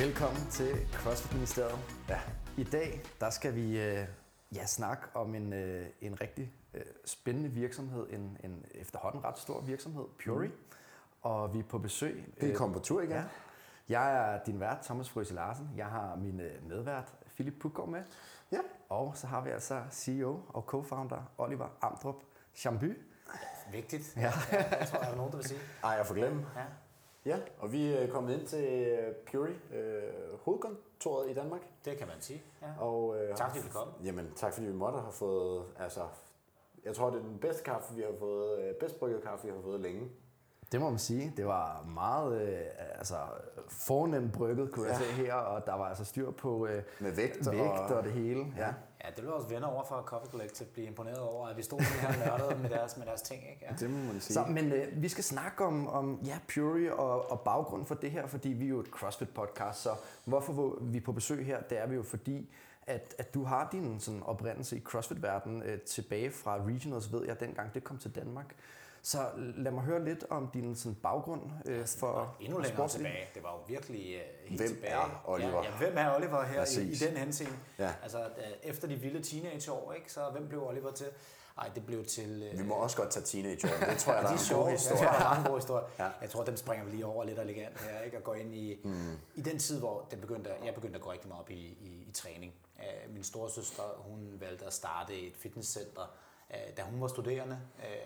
Velkommen til CrossFit Ministeriet. Ja. I dag der skal vi snakke om en rigtig spændende virksomhed, en efterhånden ret stor virksomhed, Puri. Og vi er på besøg. Det er kommet på tur igen. Ja. Jeg er din vært, Thomas Frøse Larsen. Jeg har min medvært, Philip Puggaard med. Ja. Og så har vi altså CEO og co-founder, Oliver Amdrup Schamby. Vigtigt. Ja. Jeg tror, der er nogen, der vil sige. Ej, jeg får glemme. Ja. Ja, og vi er kommet ind til Puri, hovedkontoret i Danmark. Det kan man sige. Ja. Og, tak fordi vi kom. Jamen, tak fordi vi måtte have fået, jeg tror, det er den bedste kaffe, vi har fået, bedst brygget kaffe, vi har fået længe. Det må man sige. Det var meget fornemt brygget, kunne jeg se her, og der var altså styr på med vægt og det hele. Ja. Ja, det vil vores venner over fra Coffee Collective blive imponeret over, at vi stod sådan her nørdede med deres ting. Ikke? Ja. Det må man sige. Så, men vi skal snakke om Puri og baggrunden for det her, fordi vi er jo et CrossFit-podcast, så hvorfor vi er på besøg her, det er vi jo fordi, at du har din sådan, oprindelse i CrossFit-verdenen tilbage fra Regionals, ved jeg, dengang det kom til Danmark. Så lad mig høre lidt om din sådan, baggrund for endnu længere tilbage. Det var jo virkelig helt hvem tilbage. Er Oliver? Ja, hvem er Oliver her i den henseende? Ja. Altså, efter de vilde teenageår, ikke, så hvem blev Oliver til? Ej, det blev til... Vi må også godt tage teenageår. Det tror jeg, der er en god historie. Jeg tror, der er en god historie. Ja. Jeg tror, dem springer vi lige over lidt elegant her, ikke? Og går ind i den tid, hvor jeg begyndte at gå rigtig meget op i træning. Min storesøster, hun valgte at starte et fitnesscenter, da hun var studerende.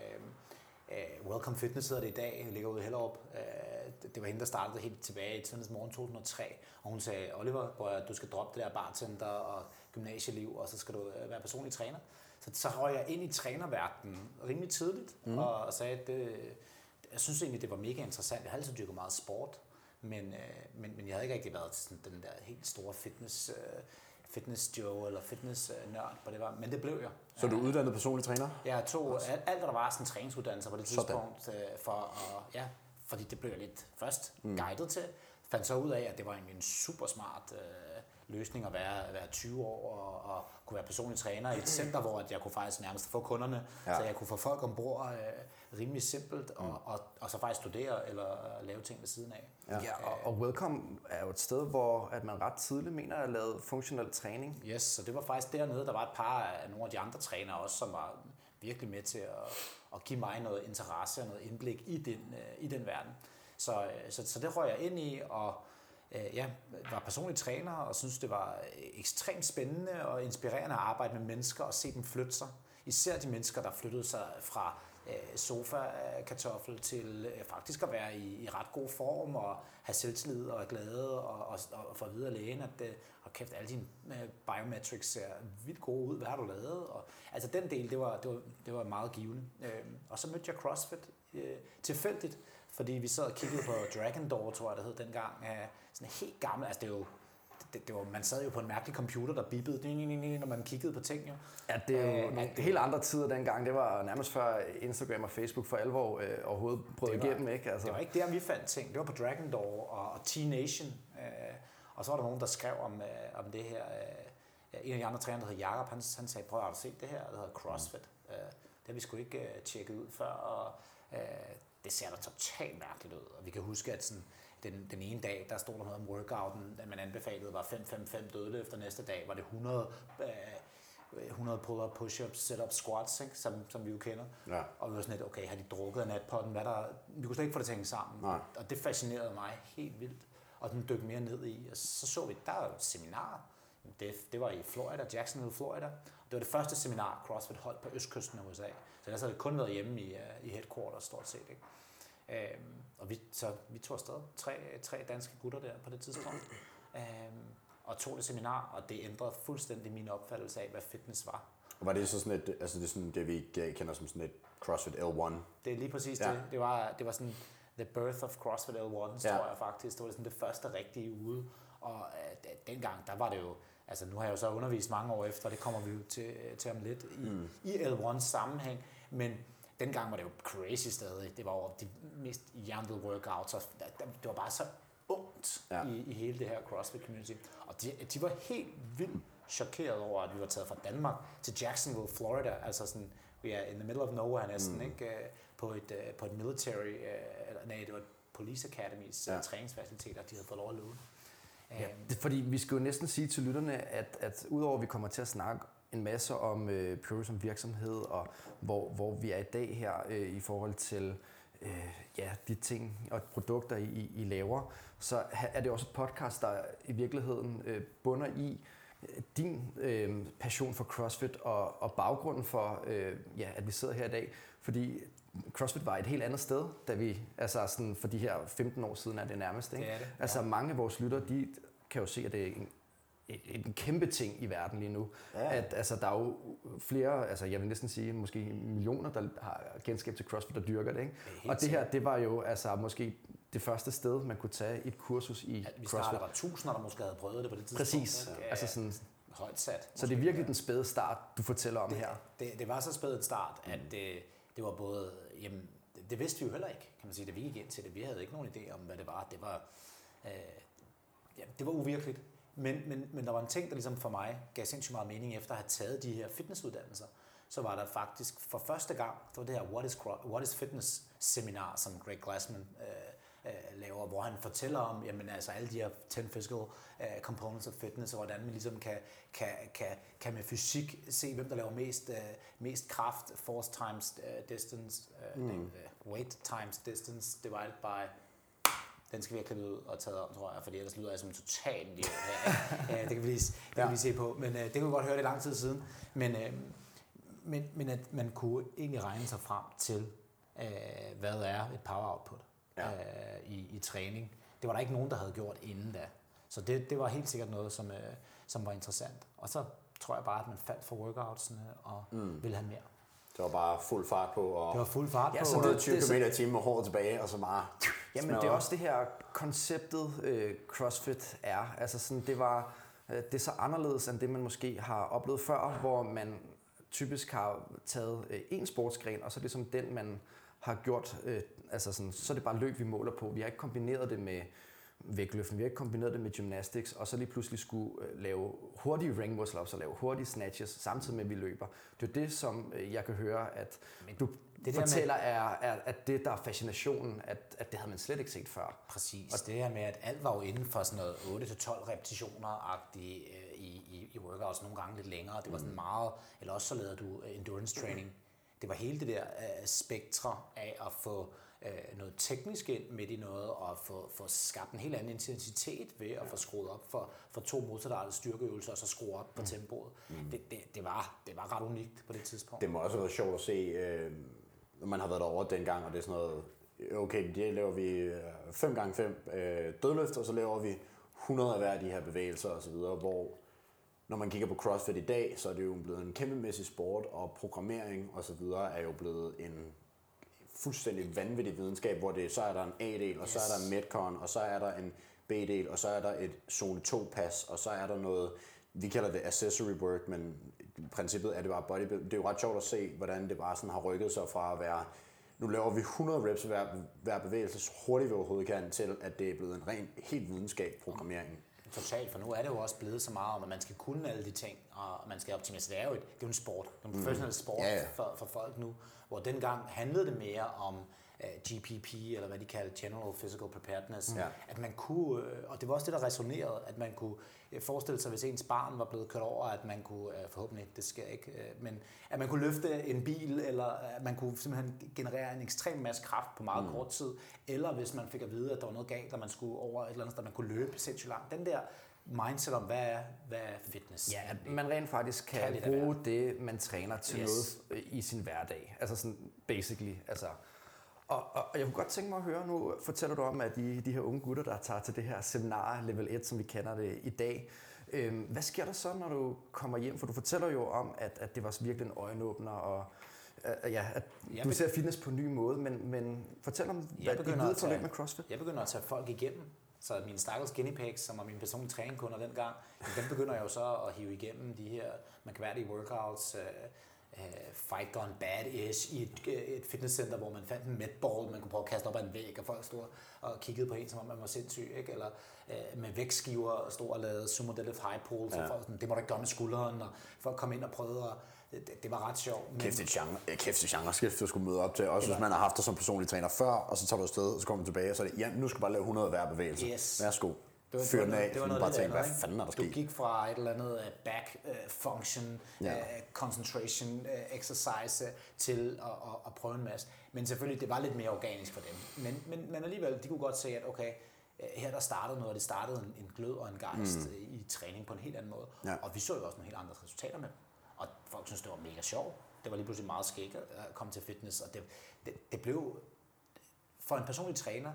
Welcome Fitness hedder det i dag, ligger ude i Hellerup. Det var hende, der startede helt tilbage i tidens morgen 2003. Og hun sagde, Oliver, du skal droppe det der bartender og gymnasieliv, og så skal du være personlig træner. Så røg jeg ind i trænerverdenen rimelig tidligt, og sagde, at jeg synes egentlig, det var mega interessant. Jeg har altid dyrket meget sport, men jeg havde ikke rigtig været til sådan den der helt store fitness Joe eller fitness nørd, men det blev jeg. Så du er uddannet personlig træner? Jeg tog alt, der var sådan træningsuddannelser på det tidspunkt, fordi det blev jeg lidt først guidet til. Fandt så ud af, at det var en super smart løsning at være 20 år og kunne være personlig træner i et center, hvor jeg kunne faktisk nærmest få kunderne, så jeg kunne få folk ombord rimelig simpelt, og så faktisk studere eller lave ting ved siden af. Ja, og Welcome er jo et sted, hvor at man ret tidligt mener at lave funktionel træning. Yes, så det var faktisk dernede, der var et par af nogle af de andre trænere også, som var virkelig med til at give mig noget interesse og noget indblik i den verden. Så det røg jeg ind i, og var personlig træner, og synes det var ekstremt spændende og inspirerende at arbejde med mennesker og se dem flytte sig. Især de mennesker, der flyttede sig fra sofa-kartoffel til faktisk at være i ret god form og have selvtillid og er glade og få at vide af lægen, at kæft, alle dine biometrics ser vildt gode ud. Hvad har du lavet? Og, altså den del, det var meget givende. Og så mødte jeg CrossFit tilfældigt, fordi vi sad og kiggede på Dragon Door, tror jeg, det hed dengang. Sådan helt gammel, altså det var, man sad jo på en mærkelig computer, der bippede, når man kiggede på ting. Jo. Ja, det er jo nogle helt andre tider dengang. Det var nærmest før Instagram og Facebook for alvor overhovedet brød igennem. Ikke? Altså. Det var ikke der, vi fandt ting. Det var på Dragon Door og T-Nation. Og så var der nogen, der skrev om det her. En af de andre trænere, der hed Jakob, han sagde, prøv at se det her, det hedder CrossFit. Det har vi sgu ikke tjekket ud før, og det ser da totalt mærkeligt ud. Og vi kan huske, at sådan, den ene dag, der stod der noget om workouten, at man anbefalede var 5-5-5 dødløft, og næste dag var det 100 pull-up, push-ups, sit-up, squats, ikke? Som vi jo kender. Ja. Og vi var sådan lidt, okay, har de drukket af natpotten? Vi kunne slet ikke få det til at hænge sammen. Nej. Og det fascinerede mig helt vildt. Og den dykkede mere ned i. Og så vi, der er et seminar. Det var i Florida, Jacksonville, Florida. Det var det første seminar, CrossFit holdt på østkysten af USA. Så ellers havde det kun været hjemme i headquarters, stort set. Ikke? Og vi tog afsted. Tre danske gutter der på det tidspunkt. Og tog det seminar, og det ændrede fuldstændig min opfattelse af, hvad fitness var. Og var det så sådan et, altså det er sådan det, vi kender som sådan et CrossFit L1? Det er lige præcis det. Det var sådan the birth of CrossFit L1, tror jeg faktisk. Det var sådan det første rigtige ude. Og dengang, der var det jo, altså nu har jeg jo så undervist mange år efter, det kommer vi jo til om lidt i L1 sammenhæng, men dengang var det jo crazy stadig. Det var jo de mest hjernede workouts, og det var bare så ungt i hele det her CrossFit community. Og de var helt vildt chokeret over, at vi var taget fra Danmark til Jacksonville, Florida, altså sådan, vi er in the middle of nowhere næsten, ikke? På et military, det var Police Academys træningsfaciliteter, de havde fået lov at låne. Fordi vi skal jo næsten sige til lytterne, at udover at vi kommer til at snakke en masse om Pure som virksomhed, og hvor vi er i dag her i forhold til de ting og produkter, I laver, så er det også et podcast, der i virkeligheden bunder i din passion for CrossFit og baggrunden for, at vi sidder her i dag. Fordi CrossFit var et helt andet sted, da vi, altså sådan for de her 15 år siden er det nærmest, ikke? Det er det, ja. Altså mange af vores lyttere, de kan jo se, at det er en kæmpe ting i verden lige nu. Ja. At altså, der er jo flere, altså jeg vil næsten sige, måske millioner, der har kendskab til CrossFit, der dyrker det, ikke? Og det her, det var jo altså måske det første sted, man kunne tage et kursus i CrossFit. Vi startede, der var tusinder, der måske havde prøvet det på det tidspunkt. Præcis. Altså sådan, højt sat. Så det er virkelig den spæde start, du fortæller om her. Det var så spæd en start, at det var både, jamen, det vidste vi jo heller ikke, kan man sige, da vi gik ind til det. Vi havde ikke nogen idé om, hvad det var. Det var uvirkeligt. Men der var en ting, der ligesom for mig gav sindssygt meget mening efter at have taget de her fitnessuddannelser. Så var der faktisk for første gang, det var det her What is Fitness seminar, som Greg Glassman laver, hvor han fortæller om jamen, altså alle de her 10 physical components of fitness, og hvordan man ligesom kan med fysik se, hvem der laver mest kraft, force times distance, weight times distance divided by. Den skal vi have klippet ud og taget om, tror jeg, fordi ellers lyder jeg som en total idiot her. Det kan vi lige se på, men det kan vi godt høre det lang tid siden. Men at man kunne egentlig regne sig frem til, hvad er et power output i træning. Det var der ikke nogen, der havde gjort inden da. Så det var helt sikkert noget, som var interessant. Og så tror jeg bare, at man faldt for workoutsene og ville have mere. Det var bare fuld fart på, og det var fuld fart på. 120 km i timen og hårdt tilbage, og så bare... Jamen det er også det her konceptet CrossFit er. Altså sådan, det er så anderledes end det, man måske har oplevet før, hvor man typisk har taget en sportsgren, og så er det som den, man har gjort, altså sådan, så er det bare løb, vi måler på. Vi har ikke kombineret det med vægtløften, vi har ikke kombineret det med gymnastics, og så lige pludselig skulle lave hurtige ring muscle-ups og lave hurtige snatches, samtidig med, at vi løber. Det er det, som jeg kan høre, at du fortæller, er det, der er fascinationen, at det havde man slet ikke set før. Præcis. Og det her med, at alt var jo inden for sådan noget 8-12 repetitioner-agtigt i workouts, nogle gange lidt længere. Det var sådan meget, eller også så lavede du endurance training. Det var hele det der spektre af at få noget teknisk ind midt i noget, og få skabt en helt anden intensitet ved at få skruet op for 2 modsatrettede styrkeøvelser, og så skrue op på tempoet. Det var ret unikt på det tidspunkt. Det må også være sjovt at se, når man har været derovre dengang, og det er sådan noget, okay, det laver vi 5x5 dødløft, og så laver vi 100 af hver af de her bevægelser osv., hvor når man kigger på CrossFit i dag, så er det jo blevet en kæmpemæssig sport, og programmering osv. er jo blevet en fuldstændig vanvittig videnskab, hvor så er der en A-del, og så er der en Metcon, og så er der en B-del, og så er der et zone 2-pas, og så er der noget, vi kalder det accessory work, men i princippet er det bare bodybuilding. Det er jo ret sjovt at se, hvordan det bare sådan har rykket sig fra at være, nu laver vi 100 reps hver bevægelse, så hurtigt vi overhovedet kan, til at det er blevet en helt videnskab programmering. Totalt, for nu er det jo også blevet så meget om, at man skal kunne alle de ting, og man skal optimere. Så det er jo en sport, en professionel sport for folk nu, hvor dengang handlede det mere om GPP, eller hvad de kalder General Physical Preparedness, at man kunne, og det var også det, der resonerede, at man kunne forestille sig, hvis ens barn var blevet kørt over, at man kunne, forhåbentlig, det sker ikke, men at man kunne løfte en bil, eller at man kunne simpelthen generere en ekstrem masse kraft på meget kort tid, eller hvis man fik at vide, at der var noget galt, og man skulle over et eller andet sted, man kunne løbe sindssygt langt. Den der mindset om, hvad er fitness? Ja, at man rent faktisk kan bruge det, man træner til noget i sin hverdag. Altså sådan basically, altså. Og jeg kunne godt tænke mig at høre, nu fortæller du om, at de her unge gutter, der tager til det her seminar level 1, som vi kender det i dag. Hvad sker der så, når du kommer hjem? For du fortæller jo om, at det var virkelig en øjenåbner, og at du ser fitness på en ny måde, men fortæl om, hvad dit videre forløb med CrossFit. Jeg begynder at tage folk igennem. Så mine stakkels guinea pigs, som var mine personlige træningkunder dengang, dem begynder jeg jo så at hive igennem de her mærkværdige workouts, Fight Gone Bad-ish i et fitnesscenter, hvor man fandt en medball, man kunne prøve at kaste op ad en væg, og folk stod og kiggede på en, som om man var sindssyg, ikke? Eller med vægtskiver og stod og lavede sumo deadlift high pull, så folk sådan, det må du ikke gøre med skulderen, og folk kom ind og prøvede, og det var ret sjovt. Men kæft et genre-skift, du skulle møde op til, også hvis man har haft dig som personlig træner før, og så tager du afsted, og så kommer du tilbage, og så er det, nu skal du bare lave 100 hver bevægelse. Yes. Værsgo. fyre den af, det var sådan noget bare lidt tænke, hvad andet, fanden er der Du sket? gik fra et eller andet back function, concentration exercise til at prøve en masse. Men selvfølgelig, det var lidt mere organisk for dem. Men alligevel, de kunne godt se, at okay, her der startede noget, og det startede en glød og en gejst i træning på en helt anden måde. Ja. Og vi så jo også nogle helt andre resultater med dem. Og folk synes, det var mega sjovt. Det var lige pludselig meget skægt at komme til fitness, og det blev for en personlig træner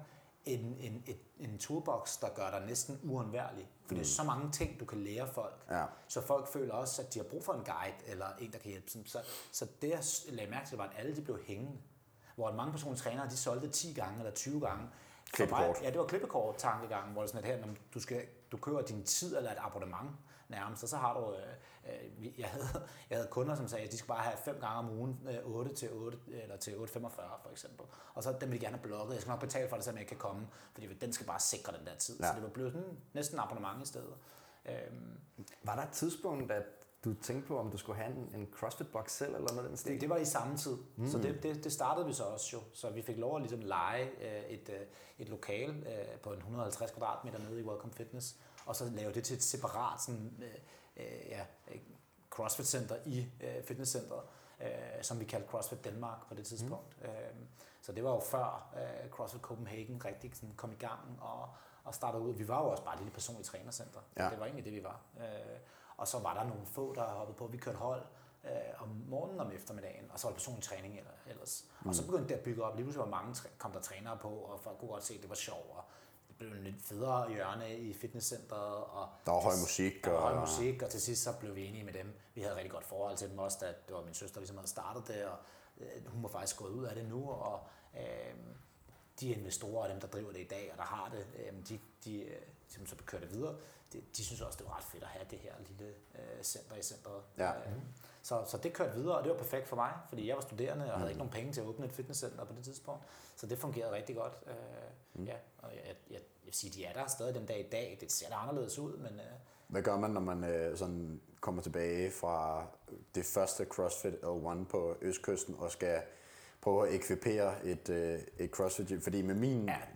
en toolbox, der gør dig næsten uundværlig. For det er så mange ting, du kan lære folk. Ja. Så folk føler også, at de har brug for en guide, eller en, der kan hjælpe dem. Så det, jeg lagde mærke til, var, at alle de blev hængende. Hvor mange personlige trænere, de solgte 10 gange eller 20 gange. Klippekort. Ja, det var klippekort tankegangen, hvor det sådan, at her, du køber din tid eller et abonnement nærmest, og så har du, jeg havde kunder, som sagde, at de skal bare have 5 gange om ugen, 8 til 8, eller til 8.45 for eksempel. Og så dem vil de gerne have blokket. Jeg skal nok betale for det, så jeg kan komme, fordi den skal bare sikre den der tid. Ja. Så det var blevet sådan, næsten abonnement i stedet. Var der et tidspunkt, at du tænkte på, om du skulle have en CrossFit-box selv, eller noget den stil? Det var i samme tid, så det startede vi så også jo. Så vi fik lov at ligesom lege et lokale på en 150 kvadratmeter nede i Welcome Fitness, og så lave det til et separat sådan, CrossFit-center i fitnesscenteret, som vi kaldte CrossFit Danmark på det tidspunkt. Så det var jo før CrossFit Copenhagen rigtig sådan kom i gang og startede ud. Vi var jo også bare et lille personligt trænercenter. Ja. Det var egentlig det, vi var. Og så var der nogle få, der hoppede på. Vi kørte hold om morgenen og om eftermiddagen, og så var det personlig træning ellers. Og så begyndte det at bygge op. Lige pludselig var mange kom der trænere på, og folk kunne godt se, at det var sjovt. Og det blev en lidt federe hjørne i fitnesscenteret. Og der var høj musik. Der var høj musik, og til sidst så blev vi enige med dem. Vi havde rigtig godt forhold til dem også, da det var min søster, der ligesom havde startet det, og hun var faktisk gået ud af det nu, og de investorer og dem, der driver det i dag, og der har det, de som så kører det videre, de synes også, det var ret fedt at have det her lille center i centret. Ja. Så det kørte videre, og det var perfekt for mig, fordi jeg var studerende og havde ikke nogen penge til at åbne et fitnesscenter på det tidspunkt. Så det fungerede rigtig godt. Ja, og jeg vil sige, de er der stadig den dag i dag. Det ser da anderledes ud, men... Hvad gør man, når man sådan kommer tilbage fra det første CrossFit L1 på Østkysten og skal prøve at ekvipere et CrossFit gym? Fordi med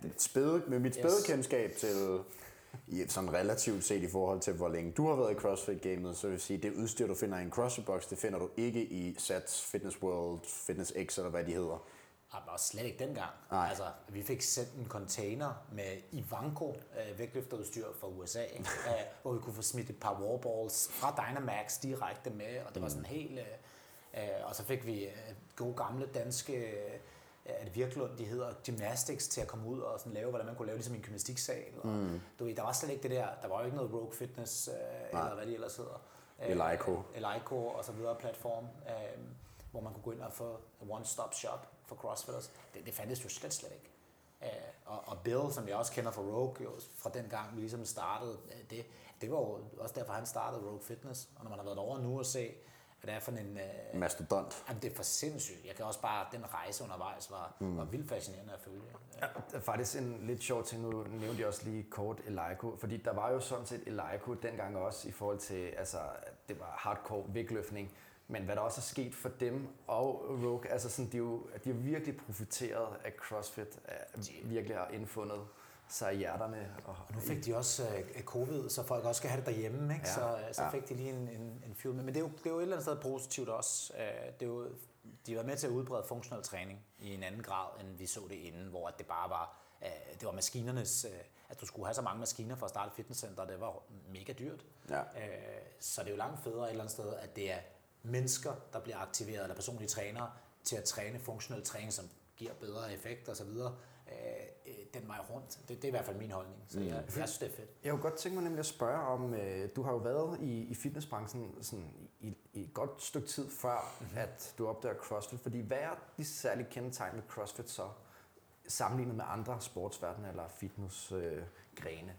mit spædekendskab til sådan relativt set i forhold til, hvor længe du har været i CrossFit-gamet, så vil jeg sige, det udstyr, du finder i en CrossFit-box, det finder du ikke i Sats, Fitness World, Fitness X, eller hvad de hedder. Det var slet ikke dengang. Altså, vi fik sendt en container med Ivanko vægtløfterudstyr fra USA, hvor vi kunne få smidt et par warballs fra Dynamax direkte med, og det var sådan helt... og så fik vi gode gamle danske... Virklund, de hedder gymnastics, til at komme ud og sådan lave, hvordan man kunne lave ligesom en gymnastiksal. Og, du ved, der var slet ikke det der. Der var jo ikke noget Rogue Fitness, eller hvad de ellers hedder. Eleiko og så videre platform, hvor man kunne gå ind og få one-stop shop for CrossFitters. Det fandtes jo slet ikke. Og Bill, som jeg også kender fra Rogue, jo, fra den gang vi ligesom startede, det var jo også derfor, han startede Rogue Fitness. Og når man har været over nu og se, hvad det er for en... mastodont. Jamen, det er for sindssygt. Jeg kan også bare... Den rejse undervejs var vildt fascinerende at følge. Ja, det er faktisk en lidt sjov ting. Nu nævnte jeg også lige kort Eleiko, fordi der var jo sådan set Eleiko dengang også i forhold til, altså, det var hardcore vægtløftning. Men hvad der også er sket for dem og Rogue, altså sådan, de har virkelig profiteret af CrossFit, virkelig har indfundet sig i hjerterne. Og nu fik de også covid, så folk også skal have det derhjemme, ikke? Ja, så fik de lige en fuel. Men det er jo et eller andet sted positivt også. De har været med til at udbrede funktionel træning i en anden grad, end vi så det inden, hvor det bare var, det var maskinernes, at du skulle have så mange maskiner for at starte et fitnesscenter, det var mega dyrt. Ja. Så det er jo langt federe et eller andet sted, at det er mennesker, der bliver aktiveret, eller personlige trænere, til at træne funktionel træning, som giver bedre effekt osv., den vej rundt. Det er i hvert fald min holdning, så jeg synes, det er fedt. Jeg kunne godt tænke mig nemlig at spørge om, du har jo været i fitnessbranchen sådan i et godt stykke tid før, at du opdager CrossFit, fordi hvad er de særligt kendetegn med CrossFit så, sammenlignet med andre sportsverdener eller fitnessgrene?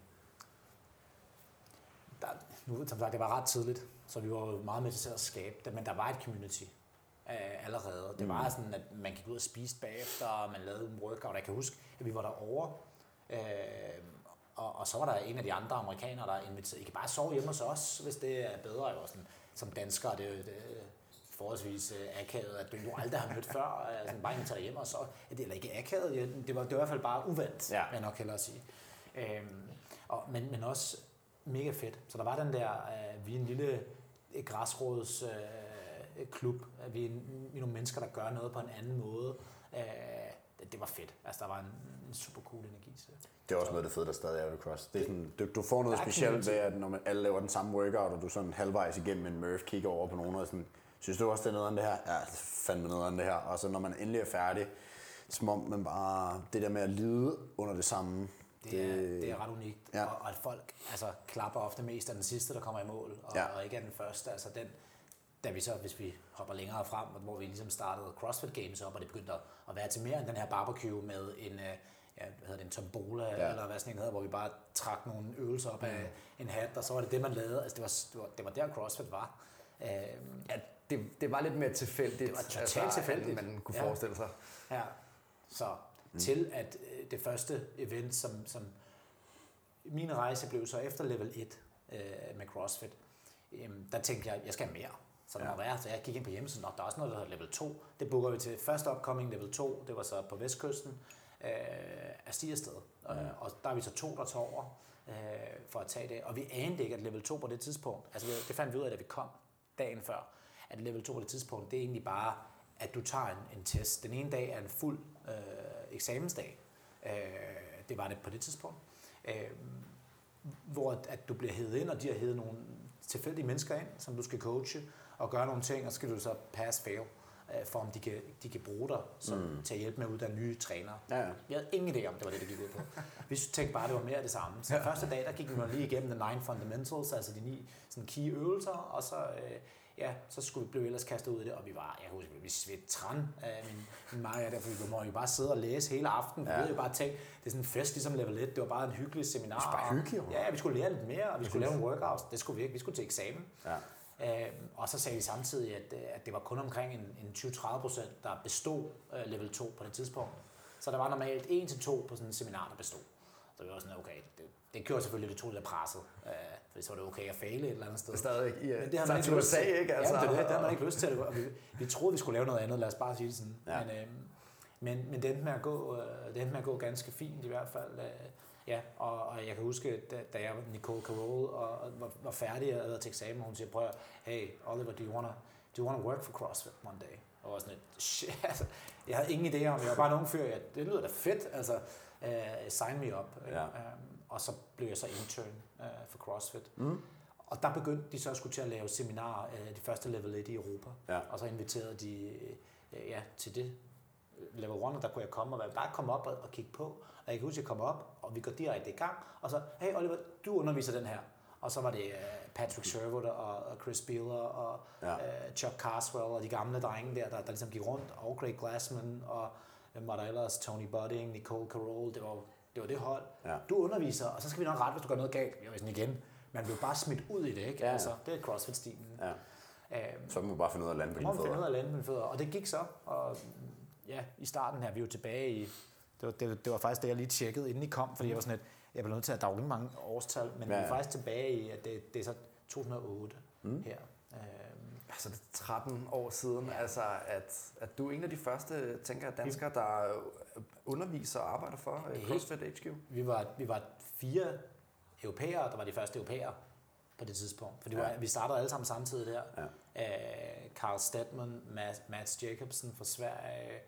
Det var ret tidligt, så vi var jo meget med til at skabe det, men der var et community allerede. Det var sådan, at man gik ud og spiste bagefter, og man lavede en workout. Jeg kan huske, at vi var derovre, og så var der en af de andre amerikanere, der inviterede. I kan bare sove hjemme hos os, hvis det er bedre. Jeg var sådan, som dansker, det er forholdsvis akavet, at du aldrig har mødt før. Sådan, bare inviterer hjemme hos os. Det er ikke akavet, det var i hvert fald bare uvendt, vil jeg nok hellere sige. Men også mega fedt. Så der var den der, vi er en lille græsrods klub, vi er nogle mennesker, der gør noget på en anden måde. Det var fedt. Altså, der var en super cool energi til. Det er også noget af det fede, der stadig er ved cross. Det er sådan, du får noget specielt ved, at når alle laver den samme workout, og du sådan halvvejs igennem en Murph kigger over på nogen, og sådan, synes du også, det er noget af det her? Ja, det er fandme noget af det her. Og så når man endelig er færdig, som om man bare, det der med at lide under det samme. Det er ret unikt, ja. Og at folk klapper ofte mest af den sidste, der kommer i mål, og ikke af den første. Altså den, da vi så, hvis vi hopper længere frem, hvor vi ligesom startede CrossFit Games op, og det begyndte at være til mere end den her barbecue med en, en tombola, eller hvad sådan en hedder, hvor vi bare trak nogle øvelser op af en hat, og så var det man lavede. Altså det var der CrossFit var. Det var lidt mere tilfældigt. Det var totalt tilfældigt. Man kunne forestille sig. Ja, så til at det første event, som min rejse blev så efter level 1 med CrossFit, der tænkte jeg skal have mere. Så der må være, så jeg gik ind på hjemmesiden, og der er også noget, der hedder level 2. Det booker vi til første upcoming level 2, det var så på vestkysten af Stigersted. Og der er vi så 2, der tager over for at tage det. Og vi anede ikke, at level 2 på det tidspunkt, altså det fandt vi ud af, da vi kom dagen før, at level 2 på det tidspunkt, det er egentlig bare, at du tager en test. Den ene dag er en fuld eksamensdag. Det var det på det tidspunkt. Hvor at du bliver hævet ind, og de har hævet nogle tilfældige mennesker ind, som du skal coache og gøre nogle ting, og så skal du så pass-fail, for om de kan bruge dig til at hjælpe med at uddanne nye trænere. Ja. Jeg havde ingen idé om, det var det gik ud på. Vi tænkte bare, det var mere af det samme. Så første dag, der gik vi lige igennem the 9 fundamentals, altså de 9 sådan key øvelser, og så så skulle vi blive ellers kastet ud i det, og jeg husker, vi svedte træn af min Maja der, for vi må jo bare sidde og læse hele aftenen. Vi havde jo bare tænkt, det er sådan en fest ligesom level 1, det var bare en hyggelig seminar. Det var bare hyggeligt. Ja, vi skulle lære lidt mere, og vi skulle lave en workout. Det skulle vi ikke, vi skulle til eksamen. Ja. Og så sagde vi samtidig, at det var kun omkring en 20-30%, der bestod level 2 på det tidspunkt. Så der var normalt 1-2 på sådan en seminar, der bestod. Så vi var sådan, okay, det gjorde selvfølgelig, det tog lidt presset, fordi så var det okay at fejle et eller andet sted. Stadig, ja. Men det havde man ikke lyst til. Ikke? Altså, det havde man ikke lyst til. Vi troede, vi skulle lave noget andet, lad os bare sige det sådan. Ja. Men det endte med at gå ganske fint i hvert fald. Og jeg kan huske, da jeg var Nicole Carroll og var færdig og havde til eksamen, hun siger, prøv, hey Oliver, do you wanna work for CrossFit one day? Og var sådan et, shit, altså, jeg havde ingen idé om, jeg var bare en ung fyr, det lyder da fedt, altså, sign me up. Ja. Og så blev jeg så intern for CrossFit. Og der begyndte de så at skulle til at lave seminarer, de første level 1 i Europa. Ja. Og så inviterede de til det level 1, og der kunne jeg komme og bare komme op og kigge på. Og jeg kan huske, at jeg kom op, og vi går direkte i gang. Og så, hey Oliver, du underviser den her. Og så var det Patrick Sherwood og Chris Bealer og Chuck Carswell og de gamle drenge der ligesom gik rundt. Og Craig Glassman og var der ellers Tony Budding, Nicole Carroll. Det var det hold. Ja. Du underviser, og så skal vi nok rette, hvis du gør noget galt. Jeg var sådan igen. Man blev bare smidt ud i det, ikke? Ja. Altså, det er CrossFit-stilen. Ja. Så må man bare finde ud af at lande på dine fødder. Og det gik så. Og i starten her, vi var tilbage i... Det var faktisk det, jeg lige tjekkede, inden I kom, fordi jeg var sådan jeg blev nødt til at der var ikke mange årstal, men vi er faktisk tilbage i, at det er så 2008 her. Altså det er 13 år siden, altså at du er en af de første, tænker danskere, der underviser og arbejder for CrossFit HQ. Vi var 4 europæere, der var de første europæere på det tidspunkt, for vi startede alle sammen samtidig der. Carl Stedman, Mads Jacobsen fra Sverige,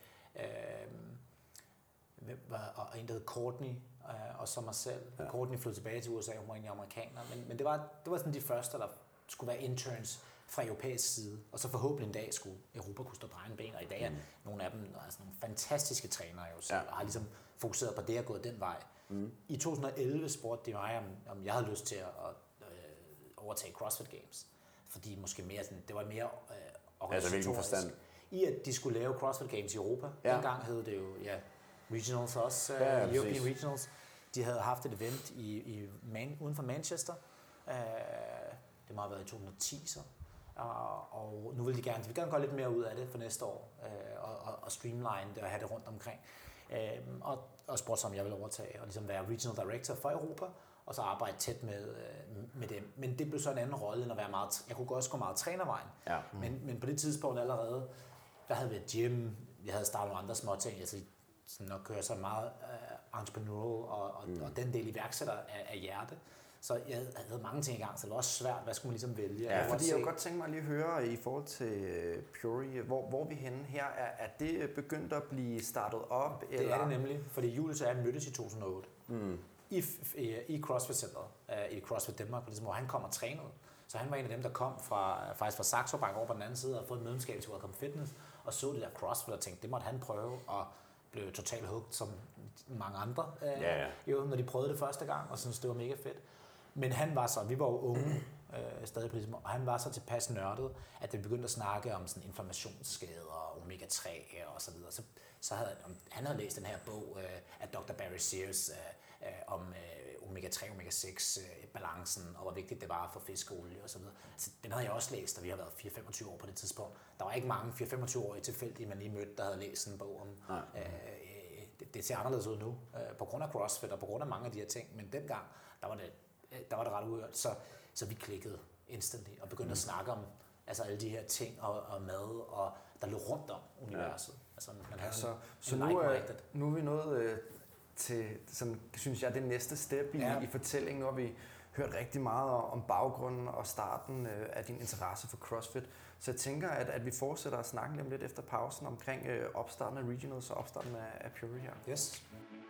og en, der hed Courtney, og så mig selv. Ja. Courtney flyttede tilbage til USA, hun var egentlig amerikaner, men det var sådan de første, der skulle være interns fra europæisk side, og så forhåbentlig en dag skulle Europa kunne stå på egen ben, og i dag er nogle af dem altså nogle fantastiske trænere jo, og har ligesom fokuseret på det og gået den vej. I 2011 spurgte de mig, om jeg havde lyst til at overtage CrossFit Games, fordi måske mere sådan, det var mere organisatorisk. I at de skulle lave CrossFit Games i Europa. Dengang hed det jo, Regionals også, European Regionals. De havde haft et event uden for Manchester. Det må have været i 2010 så. Og nu vil de gerne gøre lidt mere ud af det for næste år. Og streamline det og have det rundt omkring. Og spurgte om jeg vil overtage og ligesom være Regional Director for Europa. Og så arbejde tæt med dem. Men det blev så en anden rolle end at være meget... Jeg kunne også gå meget trænervejen. Ja. Men på det tidspunkt allerede, der havde været gym. Jeg havde startet nogle andre små ting. Altså, sådan at køre så meget entrepreneurial og den del iværksætter af hjerte. Så jeg havde mange ting i gang, så det var også svært, hvad skulle man ligesom vælge? Ja, fordi jeg kunne godt tænke mig at lige høre i forhold til Puri, hvor er vi henne her? Er det begyndt at blive startet op? Det er det nemlig, fordi Julius og jeg mødtes i 2008 i CrossFit Centeret, i CrossFit Danmark, ligesom, hvor han kom og trænede. Så han var en af dem, der kom faktisk fra Saxo Bank over på den anden side og fået et medlemskab til Welcome Fitness, og så det der CrossFit og tænkte, det måtte han prøve, og blev totalt hugt som mange andre, jo, når de prøvede det første gang, og syntes, det var mega fedt. Men han var så, vi var jo unge stadig på ligesom, og han var så tilpas nørdet, at det begyndte at snakke om sådan inflammationsskader, omega-3 og så videre. Så havde han havde læst den her bog af Dr. Barry Sears om omega-3 og omega-6 balancen, og hvor vigtigt det var for fiskeolie og så videre. Så den havde jeg også læst, og vi har været 4-25 år på det tidspunkt. Der var ikke mange 4-25-årige tilfældige, man lige mødte, der havde læst sådan en bog om. Det ser anderledes ud nu, på grund af CrossFit og på grund af mange af de her ting, men dengang, der var det ret uhørt, så vi klikkede instantly og begyndte at snakke om altså alle de her ting og mad, og der lå rundt om universet. Altså, man havde så nu er vi nået til, sådan, synes jeg, det næste step i fortællingen, hvor vi hørt rigtig meget om baggrunden og starten af din interesse for CrossFit. Så jeg tænker, at vi fortsætter at snakke lidt efter pausen omkring opstarten af Regionals og opstarten af Puri her. Yes.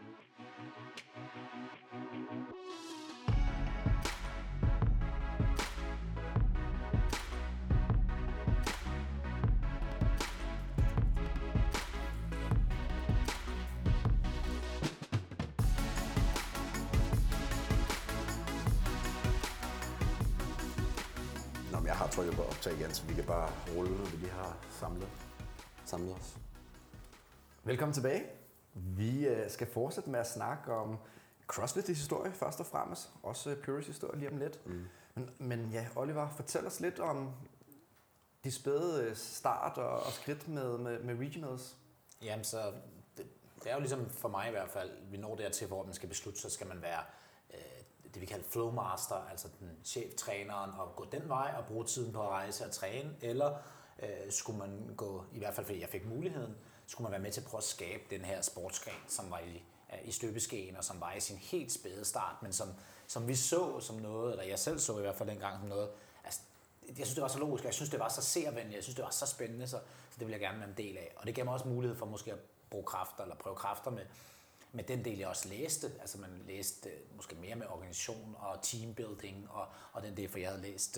Jeg har trykket på optag igen, så vi kan bare rulle, når vi lige har samlet os. Velkommen tilbage. Vi skal fortsætte med at snakke om CrossFit's historie først og fremmest. Også Puris historie lige om lidt. Men ja, Oliver, fortæl os lidt om de spæde start og skridt med Regionals. Jamen så, det er jo ligesom for mig i hvert fald, vi når dertil, hvor man skal beslutte, så skal man være det vi kalder flowmaster, altså den cheftræneren, og gå den vej og bruge tiden på at rejse og træne, eller skulle man gå, i hvert fald fordi jeg fik muligheden, skulle man være med til at prøve at skabe den her sportsgren, som var i støbeskeen, og som var i sin helt spæde start, men som vi så som noget, eller jeg selv så i hvert fald dengang som noget, altså, jeg synes, det var så logisk, jeg synes, det var så seervenligt, jeg synes, det var så spændende, så det vil jeg gerne være en del af. Og det gav mig også mulighed for måske at bruge kræfter, eller prøve kræfter med den del, jeg også læste. Altså man læste måske mere med organisation og teambuilding, og den del, for jeg havde læst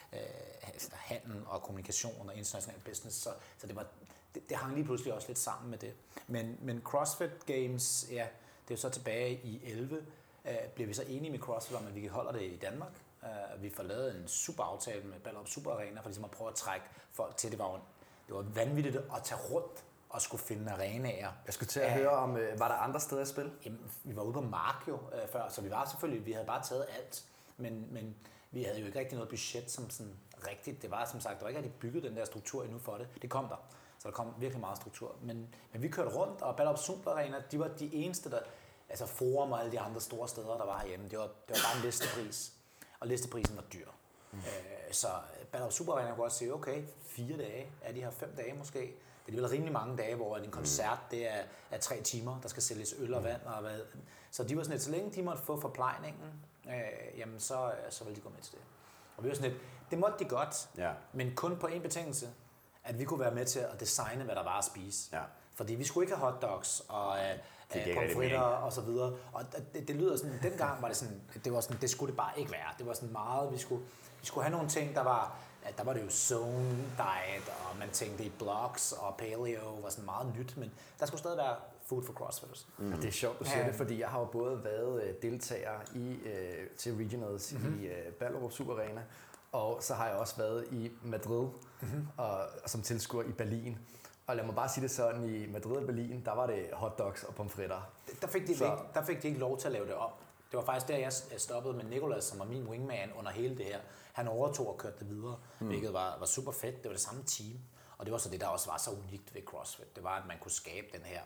handel og kommunikation og international business, så det hang lige pludselig også lidt sammen med det. Men CrossFit Games, ja, det er jo så tilbage i 11, blev vi så enige med CrossFit om, at vi holder det i Danmark. Vi får lavet en super aftale med Ballerup Super Arena, for ligesom at prøve at trække folk til. Det var vanvittigt at tage rundt og skulle finde arenaer. Jeg skulle til at høre om, var der andre steder at spille? Jamen, vi var ude på Mark jo før, så vi havde bare taget alt, men vi havde jo ikke rigtig noget budget som sådan rigtigt. Det var som sagt, der var ikke rigtig bygget den der struktur endnu for det. Det kom der, så der kom virkelig meget struktur. Men vi kørte rundt, og Ballerup Super Arena, de var de eneste, der, altså Forum og alle de andre store steder, der var herhjemme, det var bare en listepris, og listeprisen var dyr. Så Ballerup Super Arena kunne også sige, okay, 4 dage, er de her 5 dage måske. Det er vel rimelig mange dage, hvor en koncert det er 3 timer, der skal sælges øl og vand. Og hvad. Så de var sådan lidt, så længe de måtte få forplejningen, jamen så ville de gå med til det. Og vi var sådan lidt, det måtte de godt, men kun på en betingelse, at vi kunne være med til at designe, hvad der var at spise. Ja. Fordi vi skulle ikke have hotdogs og pomfritter og så videre. Og det lyder sådan, dengang var det sådan, det skulle det bare ikke være. Det var sådan meget, vi skulle have nogle ting, der var det jo zone diet, og man tænkte i blocks, og paleo var sådan meget nyt, men der skulle stadig være food for CrossFitters. Det er sjovt, du siger det, fordi jeg har jo både været deltager til Regionals i Ballerup Super Arena, og så har jeg også været i Madrid, og som tilskuer i Berlin. Og lad mig bare sige det sådan, i Madrid og Berlin, der var det hotdogs og pomfritter. Der fik de ikke lov til at lave det op. Det var faktisk der, jeg stoppede med Nicolas, som var min wingman under hele det her. Han overtog og kørte det videre, hvilket var super fedt. Det var det samme team. Og det var så det, der også var så unikt ved CrossFit. Det var, at man kunne skabe den her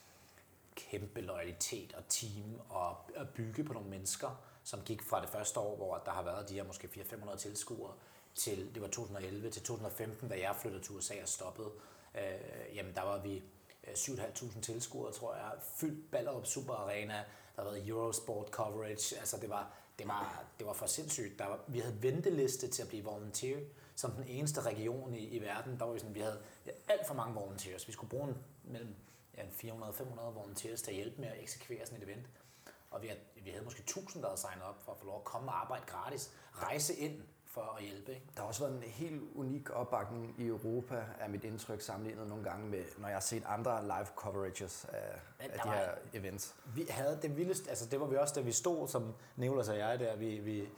kæmpe loyalitet og team og bygge på nogle mennesker, som gik fra det første år, hvor der har været de her måske 400-500 tilskuere, til det var 2011 til 2015, da jeg flyttede til USA og stoppede. Jamen der var vi 7.500 tilskuere, tror jeg, fyldt Ballerup Super Arena, der har været Eurosport coverage, altså det var for sindssygt. Vi havde venteliste til at blive volunteer, som den eneste region i verden. Der var vi havde alt for mange volunteers. Vi skulle bruge mellem 400-500 volunteers til at hjælpe med at eksekvere sådan et event. Og vi havde måske 1000, der havde signet op for at få lov at komme og arbejde gratis. Rejse ind for at hjælpe. Ikke? Der har også været en helt unik opbakning i Europa, er mit indtryk sammenlignet nogle gange med, når jeg har set andre live coverages af de her events. Vi havde det vildeste, altså det var vi også, da vi stod, som Nicolas og jeg der,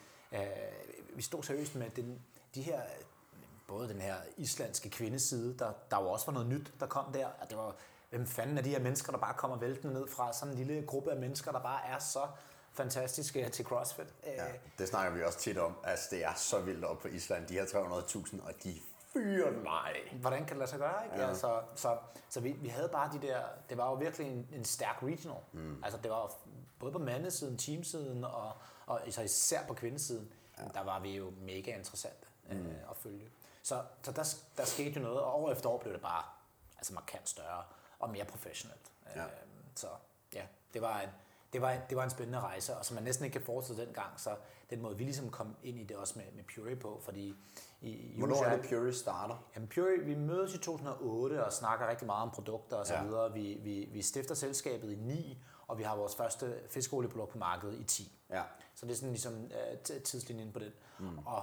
vi stod seriøst med de her, både den her islandske kvindeside, der jo også var noget nyt, der kom der, og det var, hvem fanden er de her mennesker, der bare kommer væltende ned fra sådan en lille gruppe af mennesker, der bare er så fantastiske til CrossFit. Ja, det snakker vi også tit om. Altså, det er så vildt op på Island. De her 300.000, og de fyrer den af. Hvordan kan det lade sig gøre, ikke? Ja. Altså, så vi havde bare de der... Det var jo virkelig en stærk regional. Altså, det var både på mandesiden, teamsiden, og især på kvindesiden, der var vi jo mega interessante at følge. Så der skete jo noget, og år efter år blev det bare markant større og mere professionelt. Ja. Så ja, det var en spændende rejse, og som man næsten ikke kan forestille dengang, så den måde vi ligesom kom ind i det også med Puri på, fordi hvornår er det Puri starter? Jamen Puri, vi mødes i 2008 og snakker rigtig meget om produkter og så videre. Vi stifter selskabet i 9, og vi har vores første fiskeolieprodukt på markedet i 10. Ja. Så det er sådan ligesom tidslinjen på det. Og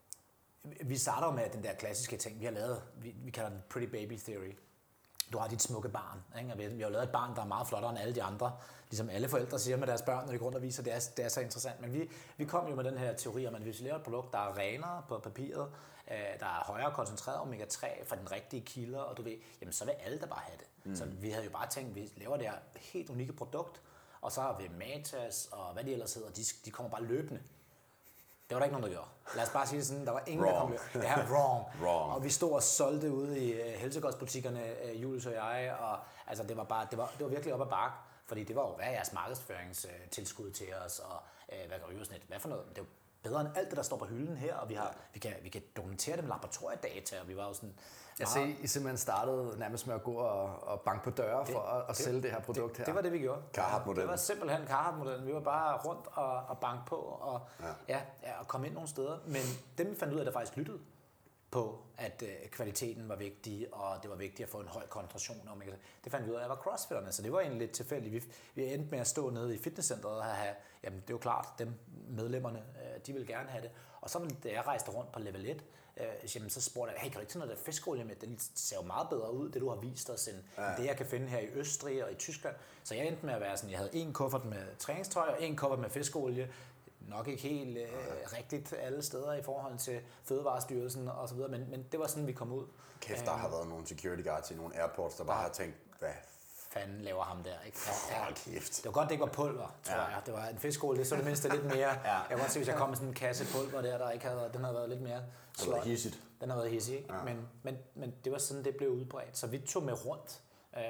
vi starter jo med den der klassiske ting, vi har lavet, vi kalder den Pretty Baby Theory. Du har dit smukke barn. Ikke? Vi har lavet et barn, der er meget flottere end alle de andre. Ligesom alle forældre siger med deres børn, når de går rundt og viser, det er så interessant. Men vi kom jo med den her teori om, at hvis vi laver et produkt, der er renere på papiret, der er højere koncentreret omega-3 fra den rigtige kilder, og du ved, jamen så vil alle der bare have det. Så vi havde jo bare tænkt, at vi laver det her helt unikke produkt, og så har vi Matas og hvad de ellers hedder, de kommer bare løbende. Det var der ikke nogen, der gjorde. Lad os bare sige det sådan, der var ingen, der kom løbende. Ja, wrong. Og vi stod og solgte ude i helsekodsbutikkerne, Julius og jeg, og altså det var virkelig op ad bakke, fordi det var jo, hvad er jeres markedsføringstilskud til os, og hvad for noget? Det er jo bedre end alt det, der står på hylden her, og vi kan dokumentere det med laboratoriedata, og vi var jo sådan... Jeg ser, I simpelthen startede nærmest med at gå og banke på døre for at sælge det her produkt her. Det var det, vi gjorde. Carhartt-modellen. Det var simpelthen Carhartt-modellen. Vi var bare rundt og banke på og, og komme ind nogle steder. Men dem fandt ud af, at der faktisk lyttede på, at kvaliteten var vigtig, og det var vigtigt at få en høj koncentration. Det fandt vi ud af, at jeg var crossfitterne, så det var egentlig lidt tilfældigt. Vi endte med at stå nede i fitnesscenteret og have, jamen det er jo klart, dem medlemmerne, de vil gerne have det. Og så da jeg rejste rundt på level 1, så spurgte jeg, hey, kan du ikke tage noget der fiskolie med? Det ser jo meget bedre ud, det du har vist os, end det jeg kan finde her i Østrig og i Tyskland. Så jeg endte med at være sådan, jeg havde en kuffert med træningstøj og en kuffert med fiskolie. Nok ikke helt rigtigt alle steder i forhold til Fødevarestyrelsen og så videre, men det var sådan, vi kom ud. Kæft, der har været nogle security guards i nogle airports, der bare har tænkt, hvad fanden laver ham der, ikke? Kæft. Det var godt, det ikke var pulver, tror jeg. Det var en fiskolie, så det mindste lidt mere. Jeg kan godt se, hvis jeg kom med sådan en kasse pulver der ikke havde, den havde været lidt mere sløj. Den har været hissig, ikke? Ja. Men det var sådan, det blev udbredt. Så vi tog med rundt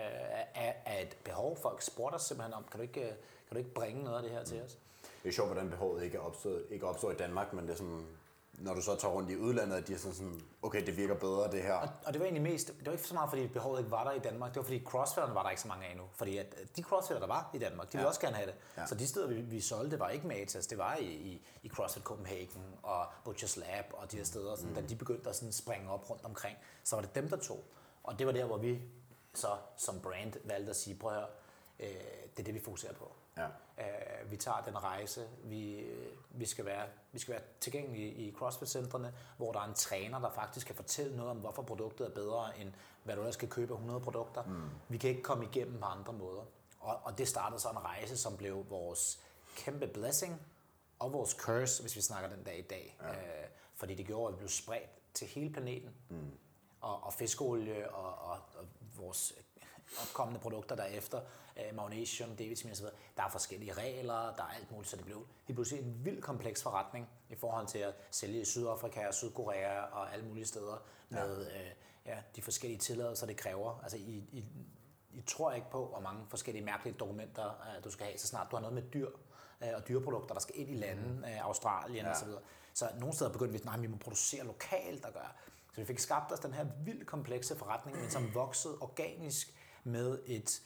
af et behov. Folk spurgte os simpelthen om, kan du ikke bringe noget af det her til os? Det er sjovt, hvordan behovet ikke opstår i Danmark, men det er sådan, når du så tager rundt i udlandet, at de er sådan, okay, det virker bedre det her. Og det var egentlig mest, det var ikke så meget, fordi behovet ikke var der i Danmark, det var fordi crossfitterne var der ikke så mange af endnu. Fordi at de crossfitter, der var i Danmark, de ville også gerne have det. Ja. Så de steder, vi solgte, var ikke Matas, det var i CrossFit Copenhagen og Butcher's Lab og de her steder. Sådan, da de begyndte at sådan springe op rundt omkring, så var det dem, der tog. Og det var der, hvor vi så som brand valgte at sige, prøv at høre, det er det, vi fokuserer på. Ja. Vi tager den rejse, vi skal være tilgængelige i CrossFit-centrene, hvor der er en træner, der faktisk kan fortælle noget om, hvorfor produktet er bedre, end hvad du ellers skal købe 100 produkter. Vi kan ikke komme igennem på andre måder. Og det startede så en rejse, som blev vores kæmpe blessing og vores curse, hvis vi snakker den dag i dag. Ja. Fordi det gjorde, at vi blev spredt til hele planeten. Og fiskolie og vores opkommende produkter derefter, magnesium, D-vitamin osv. Der er forskellige regler, der er alt muligt, så det blev pludselig en vild kompleks forretning i forhold til at sælge i Sydafrika og Sydkorea og alle mulige steder med de forskellige tilladelser, det kræver. Altså, I tror ikke på, hvor mange forskellige mærkelige dokumenter du skal have, så snart du har noget med dyr og dyreprodukter, der skal ind i landet, Australien osv. Så nogle steder begyndte vi, vi må producere lokalt og gøre. Så vi fik skabt os den her vildt komplekse forretning, men som voksede organisk med et,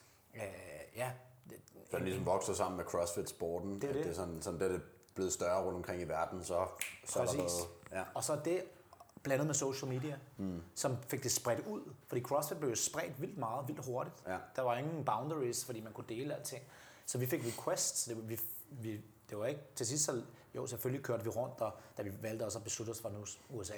Så den ligesom vokser sammen med CrossFit-sporten. Det er sådan det er blevet større rundt omkring i verden, så er der noget. Ja. Og så det blandet med social media, som fik det spredt ud. Fordi CrossFit blev jo spredt vildt meget, vildt hurtigt. Ja. Der var ingen boundaries, fordi man kunne dele alting. Så vi fik requests. Det var ikke til sidst, så jo, selvfølgelig kørte vi rundt, og da vi valgte også at beslutte os for nu USA.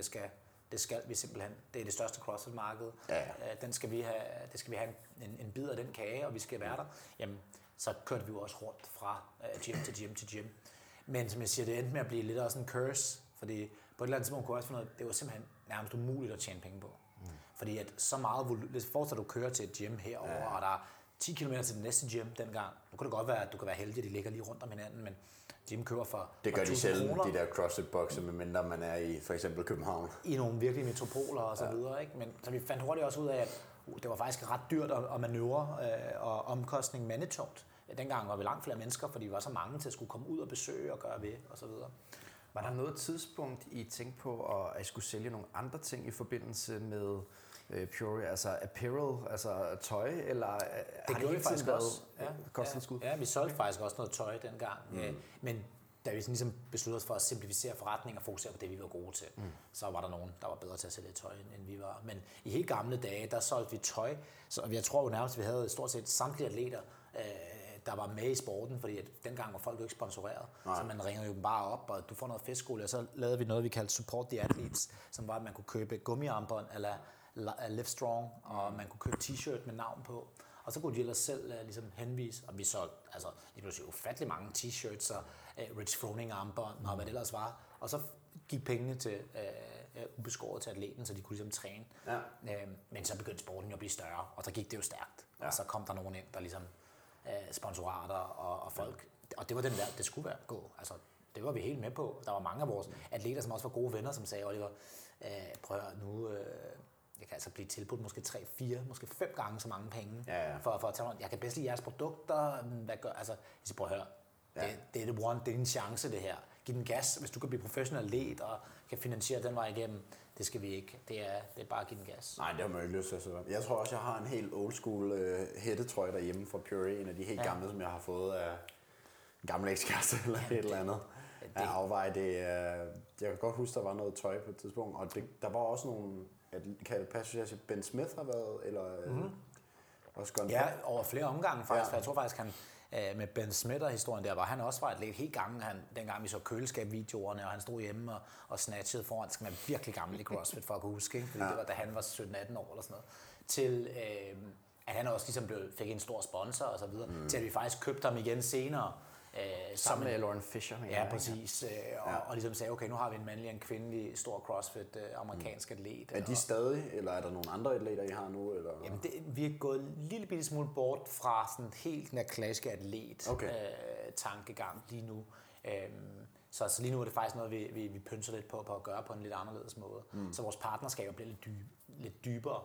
Det skal vi simpelthen. Det er det største CrossFit-marked. Ja. Det skal vi have en bid af den kage, og vi skal være der. Jamen, så kørte vi jo også rundt fra gym til gym til gym. Men som jeg siger, det endte med at blive lidt også en curse, fordi på et eller andet tidspunkt kunne jeg også finde noget, det var simpelthen nærmest umuligt at tjene penge på. Fordi at så meget volumen, fortsat du kører til et gym herover, og der er 10 km til det næste gym dengang. Nu kan det godt være, at du kan være heldig, at de ligger lige rundt om hinanden, men gym kører for det gør de selv, kroner. de der CrossFit-bokse, medmindre man er i for eksempel København. I nogle virkelige metropoler og så videre, ikke? Men så vi fandt hurtigt også ud af, at det var faktisk ret dyrt at manøvre, og omkostning mandetungt. Dengang var vi langt flere mennesker, fordi vi var så mange til at skulle komme ud og besøge og gøre ved og så videre. Var der noget tidspunkt, I tænkte på, at I skulle sælge nogle andre ting i forbindelse med Pure, altså apparel, altså tøj, eller det gjorde vi faktisk også. Kosttilskud? Ja, vi solgte faktisk også noget tøj dengang. Men da vi ligesom besluttede os for at simplificere forretningen og fokusere på det, vi var gode til, så var der nogen, der var bedre til at sælge tøj, end vi var. Men i helt gamle dage, der solgte vi tøj, så jeg tror jo nærmest, at vi havde stort set samtlige atleter, der var med i sporten, fordi at dengang var folk jo ikke sponsoreret. Så man ringede jo bare op, og du får noget festskole, og så lavede vi noget, vi kaldte Support the Athletes, som var, at man kunne købe gummiarmbånd eller Livestrong, og man kunne købe t-shirt med navn på. Og så kunne de ellers selv ligesom henvise, og vi solgte altså lige pludselig ufattelig mange t-shirts og Rich Froning armbånd og hvad det ellers var. Og så gik pengene til ubeskåret til atleten, så de kunne ligesom træne. Ja. Men så begyndte sporten at blive større, og så gik det jo stærkt. Ja. Og så kom der nogen ind, der ligesom sponsorater og folk. Og det var den der, det skulle være gå. Altså, det var vi helt med på. Der var mange af vores atleter, som også var gode venner, som sagde, Oliver, prøv at høre, nu jeg kan altså blive tilbudt måske 3, 4, måske 5 gange så mange penge for at tage rundt. Jeg kan bedst lide jeres produkter. Hvad gør? Altså, jeg siger, prøv at høre, det er det er din chance det her. Giv den gas, hvis du kan blive professionel atlet og kan finansiere den vej igennem. Det skal vi ikke. Det er bare at give den gas. Nej, det har man jo ikke lyst til. Jeg tror også, jeg har en helt old school hættetrøje derhjemme fra Pure, en af de helt gamle, som jeg har fået af en gammel ekskæreste eller et eller andet. At afveje det. Jeg kan godt huske, der var noget tøj på et tidspunkt, og der var også nogle, kan det passe, at Ben Smith har været, eller også gået. Ja, over flere omgange faktisk, for jeg tror faktisk, han med Ben Smith-historien der, var han også var atlet helt gammel. Dengang vi så køleskab-videoerne, og han stod hjemme og snatchede foran, skal man virkelig gammel i CrossFit for at kunne huske, ikke? Fordi det var, da han var 17-18 år eller sådan noget, til at han også ligesom fik en stor sponsor og så videre, til at vi faktisk købte ham igen senere. Sammen med Lauren Fisher. Ja, præcis. Og ligesom sagde, okay, nu har vi en mandlig og en kvindelig stor CrossFit amerikansk atlet. Er de stadig, eller er der nogle andre atleter, I har nu? Eller? Jamen, vi er gået en lille bitte smule bort fra sådan helt den klassiske atlet-tankegang lige nu. Så lige nu er det faktisk noget, vi pynser lidt på at gøre på en lidt anderledes måde. Så vores partnerskaber bliver lidt dybere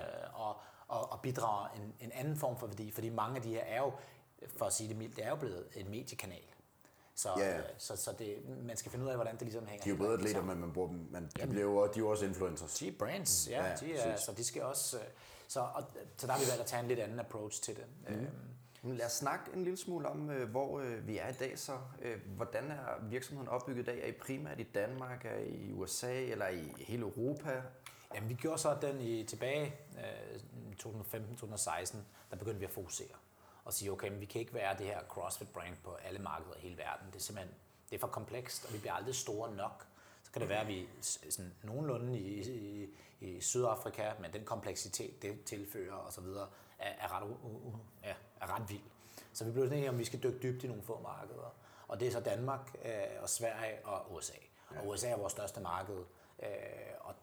og bidrager en anden form for værdi, fordi mange af de her er jo, for at sige det mildt, det er jo blevet en mediekanal. Så man skal finde ud af, hvordan det ligesom hænger. De er jo både atleter, men de er jo også influencers. De er brands, så de skal også. Så der har vi valgt at tage en lidt anden approach til det. Lad os snakke en lille smule om, hvor vi er i dag så. Hvordan er virksomheden opbygget i dag? Er I primært i Danmark, er I i USA eller i hele Europa? Jamen, vi gjorde så den tilbage i 2015-2016, der begyndte vi at fokusere og sige, okay, men vi kan ikke være det her CrossFit-brand på alle markeder i hele verden. Det er simpelthen for komplekst, og vi bliver aldrig store nok. Så kan det være, at vi sådan nogenlunde i Sydafrika, men den kompleksitet, det tilfører og så videre, er ret vild. Så vi blev sådan enige om, vi skal dykke dybt i nogle få markeder. Og det er så Danmark og Sverige og USA. Og USA er vores største marked, og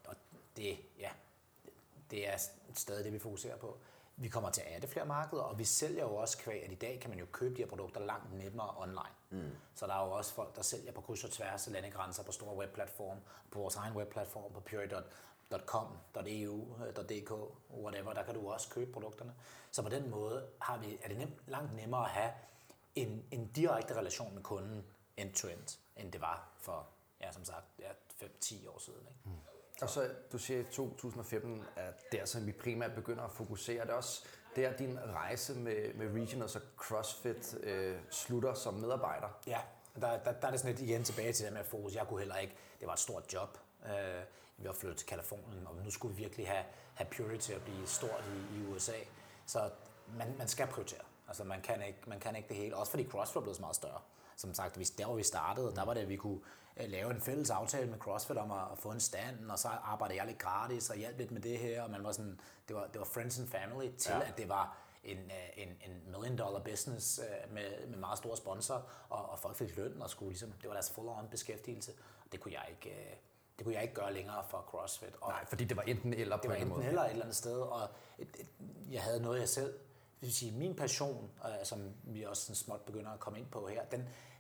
det er stadig det, vi fokuserer på. Vi kommer til at adde flere markeder, og vi sælger jo også kvæg, at i dag kan man jo købe de her produkter langt nemmere online. Så der er jo også folk, der sælger på kryds og tværs af landegrænser på store webplatforme, på vores egen webplatform, på pure.com, .eu, .dk, whatever, der kan du også købe produkterne. Så på den måde er det langt nemmere at have en direkte relation med kunden end-to-end, end det var for, som sagt, 5-10 år siden. Ikke? Og så, du siger i 2015, at det er sådan, vi primært begynder at fokusere. Det er også der din rejse med Regionals og CrossFit slutter som medarbejder? Ja, der er det sådan lidt igen tilbage til det med fokus. Jeg kunne heller ikke, det var et stort job. Vi var flyttet til Kalifornien, og nu skulle vi virkelig have Purity til at blive stort i USA. Så man skal prioritere. Altså man kan ikke det hele, også fordi CrossFit er blevet så meget større. Som sagt, der hvor vi startede, der var det, at vi kunne lave en fælles aftale med CrossFit om at få en stand, og så arbejdede jeg lidt gratis og hjalp lidt med det her, og man var sådan, det var friends and family til, at det var en $1 million business med meget store sponsorer, og folk fik løn og skulle ligesom, det var deres full-on beskæftigelse, og det kunne jeg ikke gøre længere for CrossFit. Og nej, fordi det var enten eller på en måde. Det var enten eller et eller andet sted, og jeg havde noget jeg selv, det vil sige min passion, som vi også sådan småt begynder at komme ind på her,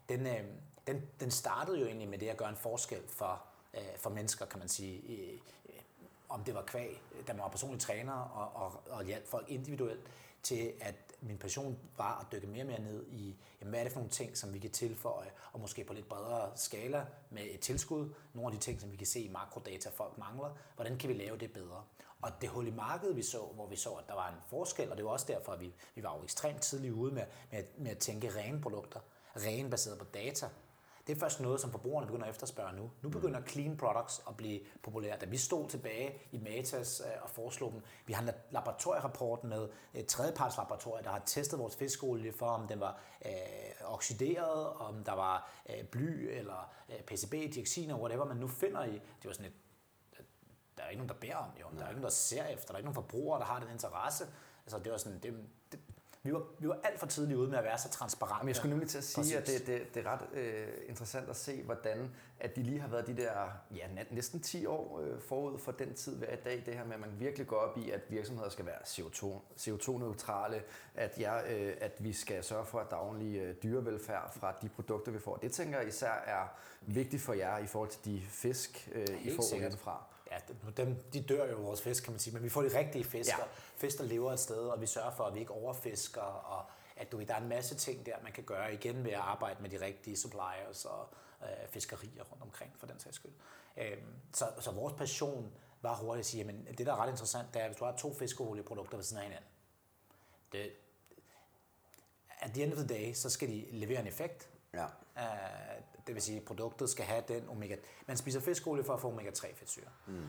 den startede jo egentlig med det at gøre en forskel for mennesker, kan man sige, om det var kvæg, da man var personlig træner og hjalp folk individuelt, til at min passion var at dykke mere og mere ned i, jamen, hvad er det for nogle ting, som vi kan tilføje, og måske på lidt bredere skala med et tilskud, nogle af de ting, som vi kan se i makrodata, folk mangler, hvordan kan vi lave det bedre? Og det hul i markedet, vi så, hvor vi så, at der var en forskel, og det var også derfor, at vi var jo ekstremt tidligt ude med at tænke rene produkter, rene baseret på data. Det er først noget, som forbrugerne begynder at efterspørge nu. Nu begynder clean products at blive populære. Da vi stod tilbage i Matas og foreslog dem, vi har en laboratorierapport med et tredjepartslaboratorium, der har testet vores fiskolie for, om den var oxideret, om der var bly eller PCB, dioxiner, whatever man nu finder i. Det var sådan et, der er ikke nogen, der beder om det, jo. Der er ikke nogen, der ser efter, der er ikke nogen forbrugere, der har den interesse. Altså det var sådan, vi var alt for tidligt ude med at være så transparente. Men jeg skulle nemlig til at sige, at det er ret interessant at se, hvordan at de lige har været de der næsten 10 år forud for den tid, vi er i dag. Det her med, at man virkelig går op i, at virksomheder skal være CO2-neutrale, at vi skal sørge for, at der er ordentlig dyrevelfærd fra de produkter, vi får. Det tænker jeg især er vigtigt for jer i forhold til de fisk, I får udefra. Ja, de dør jo vores fisk, kan man sige, men vi får de rigtige fisk, fisk, der lever et sted, og vi sørger for, at vi ikke overfisker, og at der er en masse ting der, man kan gøre igen ved at arbejde med de rigtige suppliers og fiskerier rundt omkring, for den sags skyld. Så vores passion var hurtigt at sige, men det, der er ret interessant, det er, at hvis du har 2 fiskeolieprodukter ved siden af hinanden, at the end of the day, så skal de levere en effekt. Ja. Det vil sige, at produktet skal have den omega. Man spiser fiskolie for at få omega-3 fedtsyre.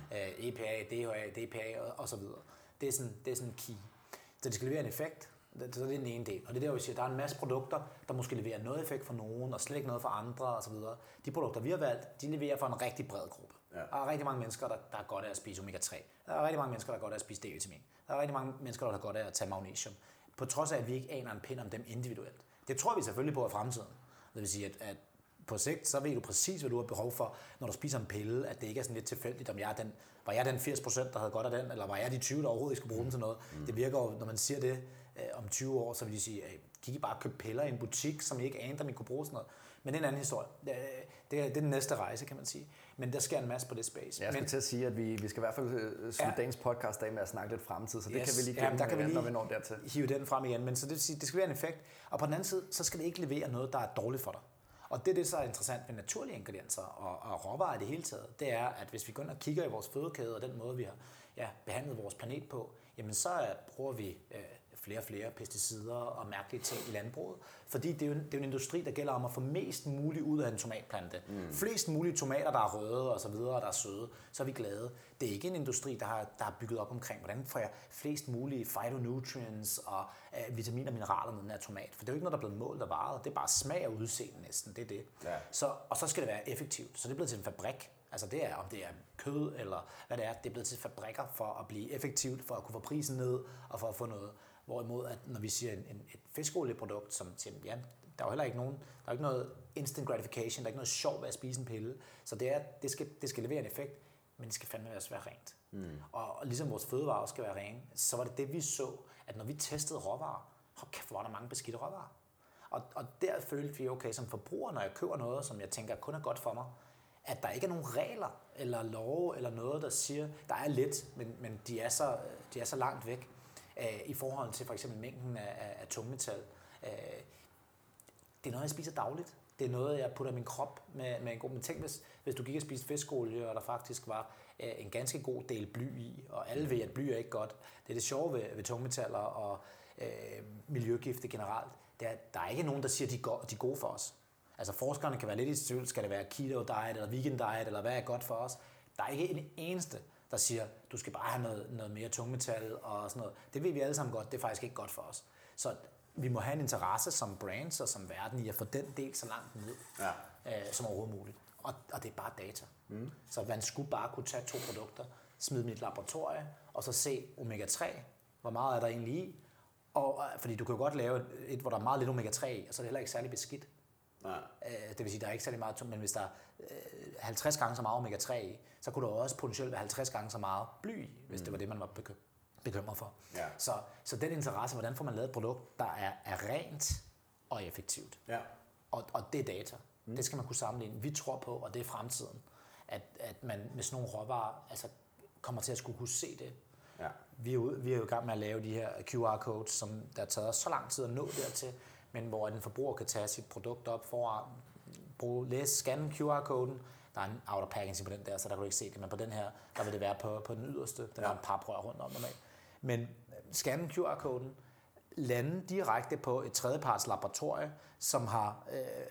EPA, DHA, DPA og så videre. Det er sådan key. Så det skal levere en effekt. Så det er den ene del. Og det er der, vi siger, at der er en masse produkter, der måske leverer noget effekt for nogen, og slet ikke noget for andre og så videre. De produkter, vi har valgt, de leverer for en rigtig bred gruppe. Ja. Der er rigtig mange mennesker, der er godt af at spise omega-3. Der er rigtig mange mennesker, der er godt af at spise D-vitamin. Der er rigtig mange mennesker, der er godt af at tage magnesium. På trods af, at vi ikke aner en pind om dem individuelt. Det tror vi selvfølgelig på i fremtiden. Det vil sige, at på sigt, så ved du præcis, hvad du har behov for, når du spiser en pille, at det ikke er sådan lidt tilfældigt, om var jeg den 80%, der havde godt af den, eller var jeg de 20, der overhovedet ikke skulle bruge den til noget. Det virker jo, når man siger det om 20 år, så vil de sige, kan I bare købe piller i en butik, som I ikke anede, om I kunne bruge sådan noget. Men det er en anden historie. Det er den næste rejse, kan man sige. Men der sker en masse på det space. Jeg skal til at sige, at vi skal i hvert fald slutte dagens podcast af med at snakke lidt fremtid, så det kan vi lige gennem, når vi når dertil. Hive den frem igen. Men så det skal være en effekt. Og på den anden side, så skal det ikke levere noget, der er dårligt for dig. Og det, så er interessant ved naturlige ingredienser og råvarer i det hele taget, det er, at hvis vi går ind og kigger i vores fødekæde og den måde, vi har behandlet vores planet på, jamen så bruger vi flere og flere pesticider og mærkelige ting i landbruget. Fordi det er jo en industri, der gælder om at få mest muligt ud af en tomatplante. Flest mulige tomater, der er røde og så videre, og der er søde, så er vi glade. Det er ikke en industri, der er bygget op omkring, hvordan får jeg flest mulige phytonutrients og vitaminer og mineraler med den her tomat. For det er jo ikke noget, der er blevet målt og varet. Det er bare smag og udseende næsten, det er det. Ja. Og så skal det være effektivt. Så det er blevet til en fabrik. Altså det er, om det er kød eller hvad det er blevet til fabrikker for at blive effektivt, for at kunne få prisen ned og for at få noget. Hvorimod, at når vi siger et fiskeolieprodukt, som siger, ja, der er jo heller ikke nogen, der er ikke noget instant gratification, der er ikke noget sjov ved at spise en pille. Så det skal levere en effekt, men det skal fandme være rent. Og ligesom vores fødevarer skal være rene, så var det vi så, at når vi testede råvarer, hvor var der mange beskidte råvarer. Og der følte vi, okay, som forbruger, når jeg køber noget, som jeg tænker kun er godt for mig, at der ikke er nogen regler eller love eller noget, der siger, der er lidt, men de er så langt væk i forhold til for eksempel mængden af tungmetal. Det er noget, jeg spiser dagligt. Det er noget, jeg putter i min krop med en god... Men tænk, hvis du gik og spiste fiskolie, og der faktisk var en ganske god del bly i, og alle ved, at bly er ikke godt. Det er det sjove ved tungmetaller og miljøgifte generelt. Der er ikke nogen, der siger, at de er gode for os. Altså forskerne kan være lidt i tvivl, skal det være keto diet eller vegan diet, eller hvad er godt for os. Der er ikke en eneste, der siger, du skal bare have noget mere tungmetal og sådan noget. Det ved vi alle sammen godt, det er faktisk ikke godt for os. Så vi må have en interesse som brands og som verden i at få den del så langt ned som overhovedet muligt. Og det er bare data. Så man skulle bare kunne tage 2 produkter, smide dem i et laboratorie, og så se omega-3, hvor meget er der egentlig i. Fordi du kan jo godt lave et, hvor der er meget lidt omega-3 i, og så er det heller ikke særlig beskidt. Det vil sige, der er ikke særlig meget, men hvis der er 50 gange så meget omega-3 i, så kunne der også potentielt være 50 gange så meget bly i, hvis det var det, man var bekymret for. Ja. Så den interesse, hvordan får man lavet et produkt, der er rent og effektivt. Ja. Og det er data. Det skal man kunne sammenligne. Vi tror på, og det er fremtiden, at man med sådan nogle råvarer kommer til at skulle kunne se det. Ja. Vi er jo i gang med at lave de her QR-codes, som der har taget så lang tid at nå dertil, men hvor en forbruger kan tage sit produkt op foran, scanne QR-koden. Der er en outer packaging på den der, så der kan du ikke se det, men på den her, der vil det være på den yderste. Den har en par prøver rundt om normalt. Men scanne QR-koden, lande direkte på et tredjeparts laboratorie, som har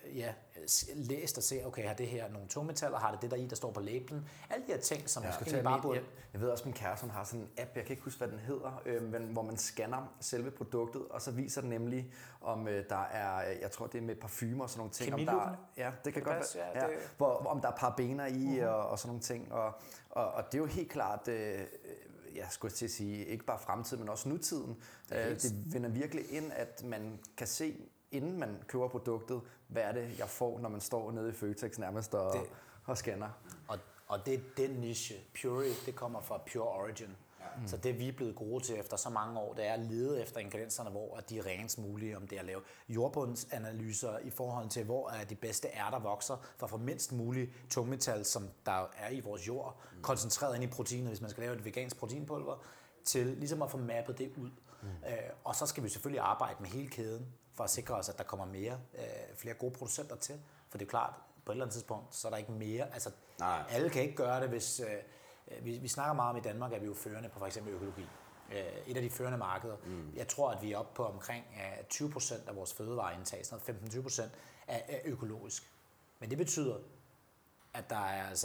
læst og set, okay, har det her nogle tungmetaller, har det der i, der står på labelen. Alle de her ting, som jeg ved også, min kæreste har sådan en app, jeg kan ikke huske, hvad den hedder, hvor man scanner selve produktet, og så viser den nemlig, om der er, jeg tror, det er med parfumer og sådan nogle ting. Det kan godt være. Om der er parabener i og sådan nogle ting. Og det er jo helt klart, jeg skulle til at sige, ikke bare fremtiden, men også nutiden. Det vender virkelig ind, at man kan se, inden man køber produktet, hvad er det, jeg får, når man står nede i Føtex nærmest og scanner. Og det er den niche. Puree, det kommer fra Pure Origin. Ja. Så det vi er blevet gode til efter så mange år, det er at lede efter ingredienserne, hvor de er renest mulige, om det er at lave jordbundsanalyser i forhold til, hvor er de bedste ærter vokser, for at få mindst muligt tungmetal, som der er i vores jord, koncentreret ind i proteinet, hvis man skal lave et vegansk proteinpulver, til ligesom at få mappet det ud. Og så skal vi selvfølgelig arbejde med hele kæden, for at sikre os, at der kommer flere gode producenter til. For det er klart, på et eller andet tidspunkt, så er der ikke mere. Altså, alle kan ikke gøre det, hvis... Vi snakker meget om i Danmark, at vi er jo førende på for eksempel økologi. Et af de førende markeder. Jeg tror, at vi er oppe på omkring 20% af vores fødevareindtag, sådan 15-20% er økologisk. Men det betyder, at der er altså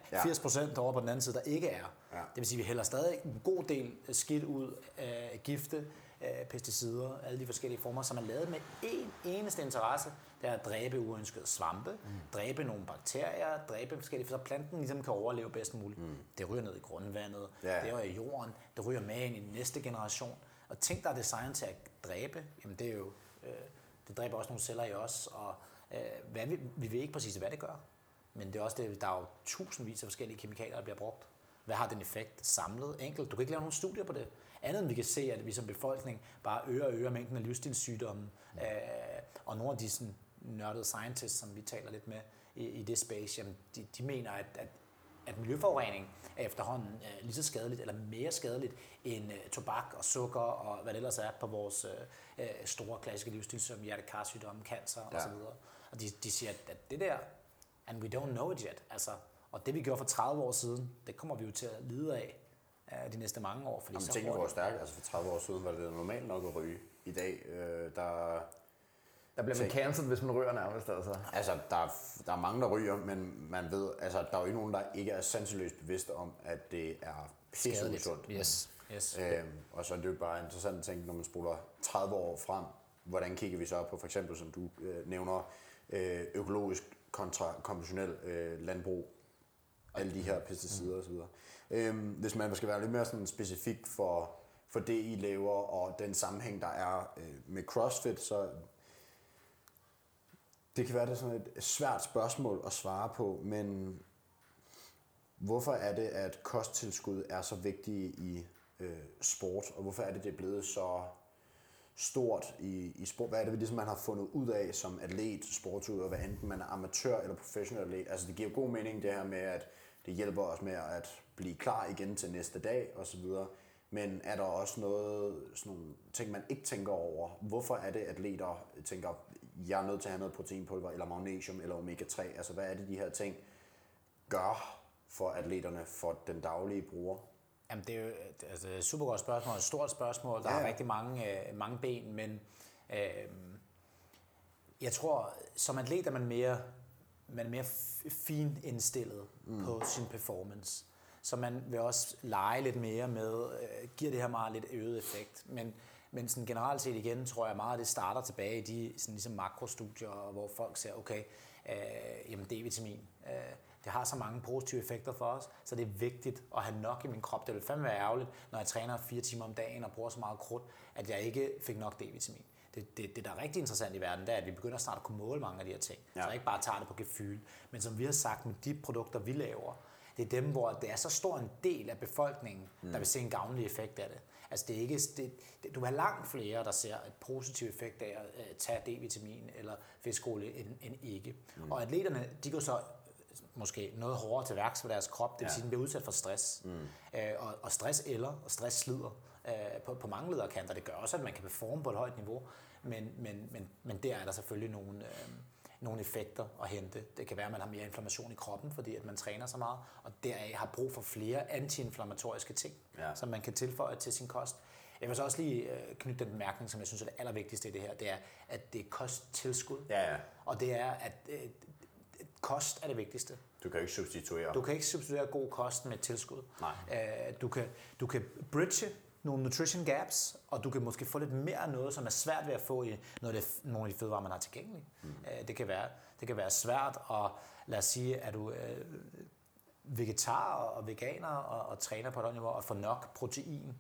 80% over på den anden side, der ikke er. Ja. Det vil sige, at vi hælder stadig en god del skidt ud af gifte, pesticider, alle de forskellige former, som er lavet med eneste interesse, det er at dræbe uønskede svampe, dræbe nogle bakterier, dræbe forskellige, så planten ligesom kan overleve bedst muligt. Det ryger ned i grundvandet, det er i jorden, det ryger med ind i den næste generation. Og ting, der er designet til at dræbe, jamen det er jo, det dræber også nogle celler i os, og vi ved ikke præcis, hvad det gør. Men det er også det, der er jo tusindvis af forskellige kemikalier, der bliver brugt. Hvad har den effekt samlet, enkelt? Du kan ikke lave nogle studier på det. Andet end vi kan se, at vi som befolkning bare øger mængden af livsstilssygdomme. Og nogle af de sådan, nørdede scientists, som vi taler lidt med i det space, jamen, de mener, at miljøforurening er efterhånden lige så skadeligt, eller mere skadeligt, end tobak og sukker og hvad det ellers er på vores store klassiske livsstilssygdomme, hjertekarsygdomme, cancer osv. Og de siger, at det der, and we don't know it yet, altså, og det vi gjorde for 30 år siden, det kommer vi jo til at lide af de næste mange år. Fordi så tænker vi stærkt, altså for 30 år siden var det normalt nok at ryge. I dag, der bliver man cancelled, hvis man ryger nærmest, altså. Altså, der er mange, der ryger, men man ved, altså, der er jo ikke nogen, der ikke er sanseløst bevidste om, at det er pisseusundt. Yes. Og så er det jo bare interessant at tænke, når man spoler 30 år frem, hvordan kigger vi så på, for eksempel, som du nævner, økologisk kontra konventionel landbrug, alle de her pesticider osv. Hvis man skal være lidt mere sådan specifik for det, I laver, og den sammenhæng, der er med CrossFit, så det kan være det sådan et svært spørgsmål at svare på, men hvorfor er det, at kosttilskud er så vigtige i sport, og hvorfor er det er blevet så stort i sport? Hvad er det, ligesom man har fundet ud af som atlet, sportsudøver, hvad enten man er amatør eller professionel atlet? Altså det giver god mening det her med, at det hjælper os med at blive klar igen til næste dag osv. Men er der også sådan nogle ting, man ikke tænker over? Hvorfor er det, atleter tænker, jeg er nødt til at have noget proteinpulver, eller magnesium, eller omega-3? Altså hvad er det, de her ting gør for atleterne, for den daglige bruger? Jamen, det er jo et super godt spørgsmål, et stort spørgsmål, der har rigtig mange ben, men jeg tror, som atlet er man mere fin indstillet på sin performance. Så man vil også lege lidt mere med, giver det her meget lidt øget effekt. Men sådan generelt set igen, tror jeg meget, at det starter tilbage i de sådan ligesom makrostudier, hvor folk siger, okay, jamen D-vitamin, det har så mange positive effekter for os, så det er vigtigt at have nok i min krop. Det vil fandme være ærgerligt, når jeg træner 4 timer om dagen og bruger så meget krudt, at jeg ikke fik nok D-vitamin. Det, der er rigtig interessant i verden, det er, at vi begynder snart at kunne måle mange af de her ting. Ja. Så jeg ikke bare tager det på gefyl. Men som vi har sagt med de produkter, vi laver, det er dem, hvor det er så stor en del af befolkningen, der vil se en gavnlig effekt af det. Altså det er ikke, du har langt flere, der ser et positiv effekt af at tage D-vitamin eller fiskolie end ikke. Og atleterne, de går så måske noget hårdere til værks for deres krop, det vil sige, at den bliver udsat for stress. Og stress og stress slider på mange lederkanter. Det gør også, at man kan performe på et højt niveau, men der er der selvfølgelig nogle effekter at hente. Det kan være, at man har mere inflammation i kroppen, fordi at man træner så meget, og deraf har brug for flere antiinflammatoriske ting, som man kan tilføje til sin kost. Jeg vil så også lige knytte den bemærkning, som jeg synes er det allervigtigste i det her, det er, at det er kosttilskud. Og det er, at kost er det vigtigste. Du kan ikke substituere. Du kan ikke substituere god kost med et tilskud. Nej. Du kan bridge nogle nutrition gaps, og du kan måske få lidt mere af noget, som er svært ved at få i nogle af de fødevarer, man har tilgængelige. Det kan være svært at, lad os sige, at du vegetar og veganer og træner på et niveau og få nok protein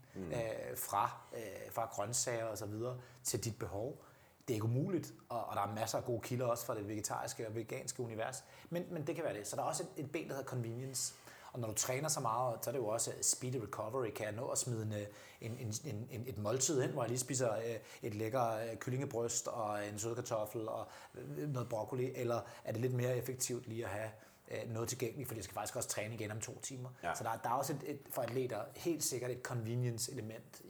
fra grøntsager og så videre til dit behov. Det er ikke umuligt, og der er masser af gode kilder også fra det vegetariske og veganske univers, men det kan være det. Så der er også et ben, der hedder convenience. Og når du træner så meget, så er det jo også speedy recovery. Kan jeg nå at smide et måltid ind, hvor jeg lige spiser et lækker kyllingebryst og en sødkartoffel og noget broccoli, eller er det lidt mere effektivt lige at have noget tilgængeligt, fordi jeg skal faktisk også træne igen om 2 timer. Ja. Så der er også for atleter helt sikkert et convenience element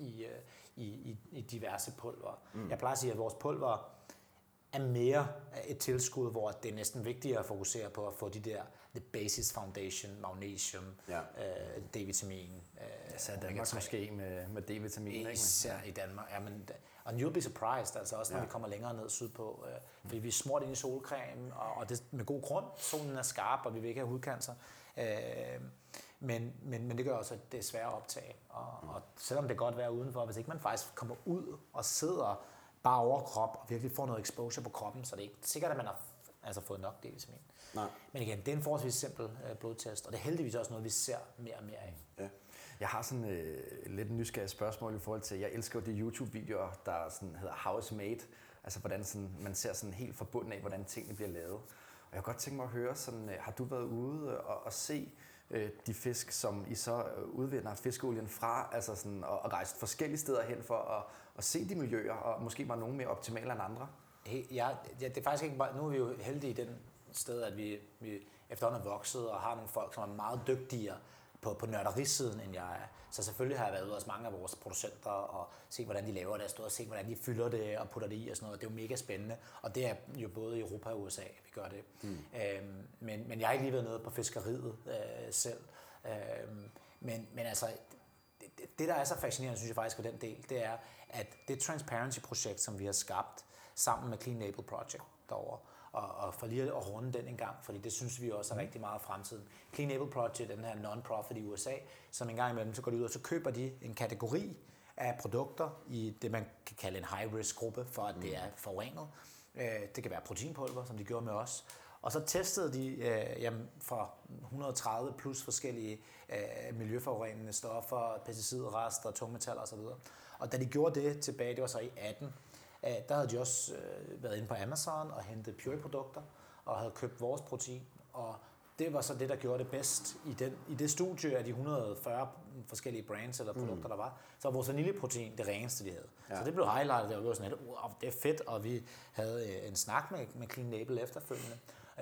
i diverse pulver. Jeg plejer at sige, at vores pulver er mere et tilskud, hvor det er næsten vigtigere at fokusere på at få de der the basis foundation, magnesium, D-vitamin. Især i Danmark måske med D-vitamin. Især i Danmark. Ja, men, og you'll be surprised, altså også når vi kommer længere ned sydpå. Fordi vi er smurt ind i solcreme, og det med god grund. Solen er skarp, og vi vil ikke have hudcancer. Men det gør også, at det er svært at optage. Og selvom det er godt vejr udenfor, hvis ikke man faktisk kommer ud og sidder bare overkrop og virkelig får noget exposure på kroppen, så det er ikke sikkert, at man har fået nok D-vitamin. Nej. Men igen, det er en forholdsvis simpel blodtest, og det er heldigvis også noget, vi ser mere og mere af. Ja. Jeg har sådan lidt nysgerrig spørgsmål i forhold til, jeg elsker jo de YouTube-videoer, der sådan hedder How is Made, altså hvordan sådan, man ser sådan helt forbundet af, hvordan tingene bliver lavet. Og jeg kunne godt tænke mig at høre, sådan, har du været ude og se de fisk, som I så udvinder fiskeolien fra, altså sådan, og rejst forskellige steder hen for at se de miljøer, og måske var nogle mere optimale end andre? Ja, det er faktisk ikke bare, nu er vi jo heldige i den sted, at vi efterhånden er vokset og har nogle folk, som er meget dygtigere på nørderisiden, end jeg er. Så selvfølgelig har jeg været ude hos mange af vores producenter og set, hvordan de laver det, og set, hvordan de fylder det og putter det i og sådan noget. Det er jo mega spændende, og det er jo både i Europa og USA, vi gør det. Men jeg har ikke lige været nede på fiskeriet selv. Men altså, det, der er så fascinerende, synes jeg faktisk på den del, det er, at det Transparency-projekt, som vi har skabt sammen med Clean Label Project derovre, og for lige at runde den en gang, fordi det synes vi også er rigtig meget af fremtiden. Clean Label Project er den her non-profit i USA, som en gang imellem så går de ud, og så køber de en kategori af produkter i det, man kan kalde en high-risk-gruppe, for at det er forurenet. Det kan være proteinpulver, som de gjorde med os. Og så testede de fra 130 plus forskellige miljøforurenende stoffer, pesticidrester, tungmetaller osv. Og da de gjorde det tilbage, det var så i 18, der havde de også været inde på Amazon og hentet Pure-produkter og havde købt vores protein. Og det var så det, der gjorde det bedst i det studie af de 140 forskellige brands eller produkter, der var. Så var vores vaniljeprotein det reneste, de havde. Ja. Så det blev highlightet, og vi var sådan lidt, det er fedt, og vi havde en snak med Clean Label efterfølgende.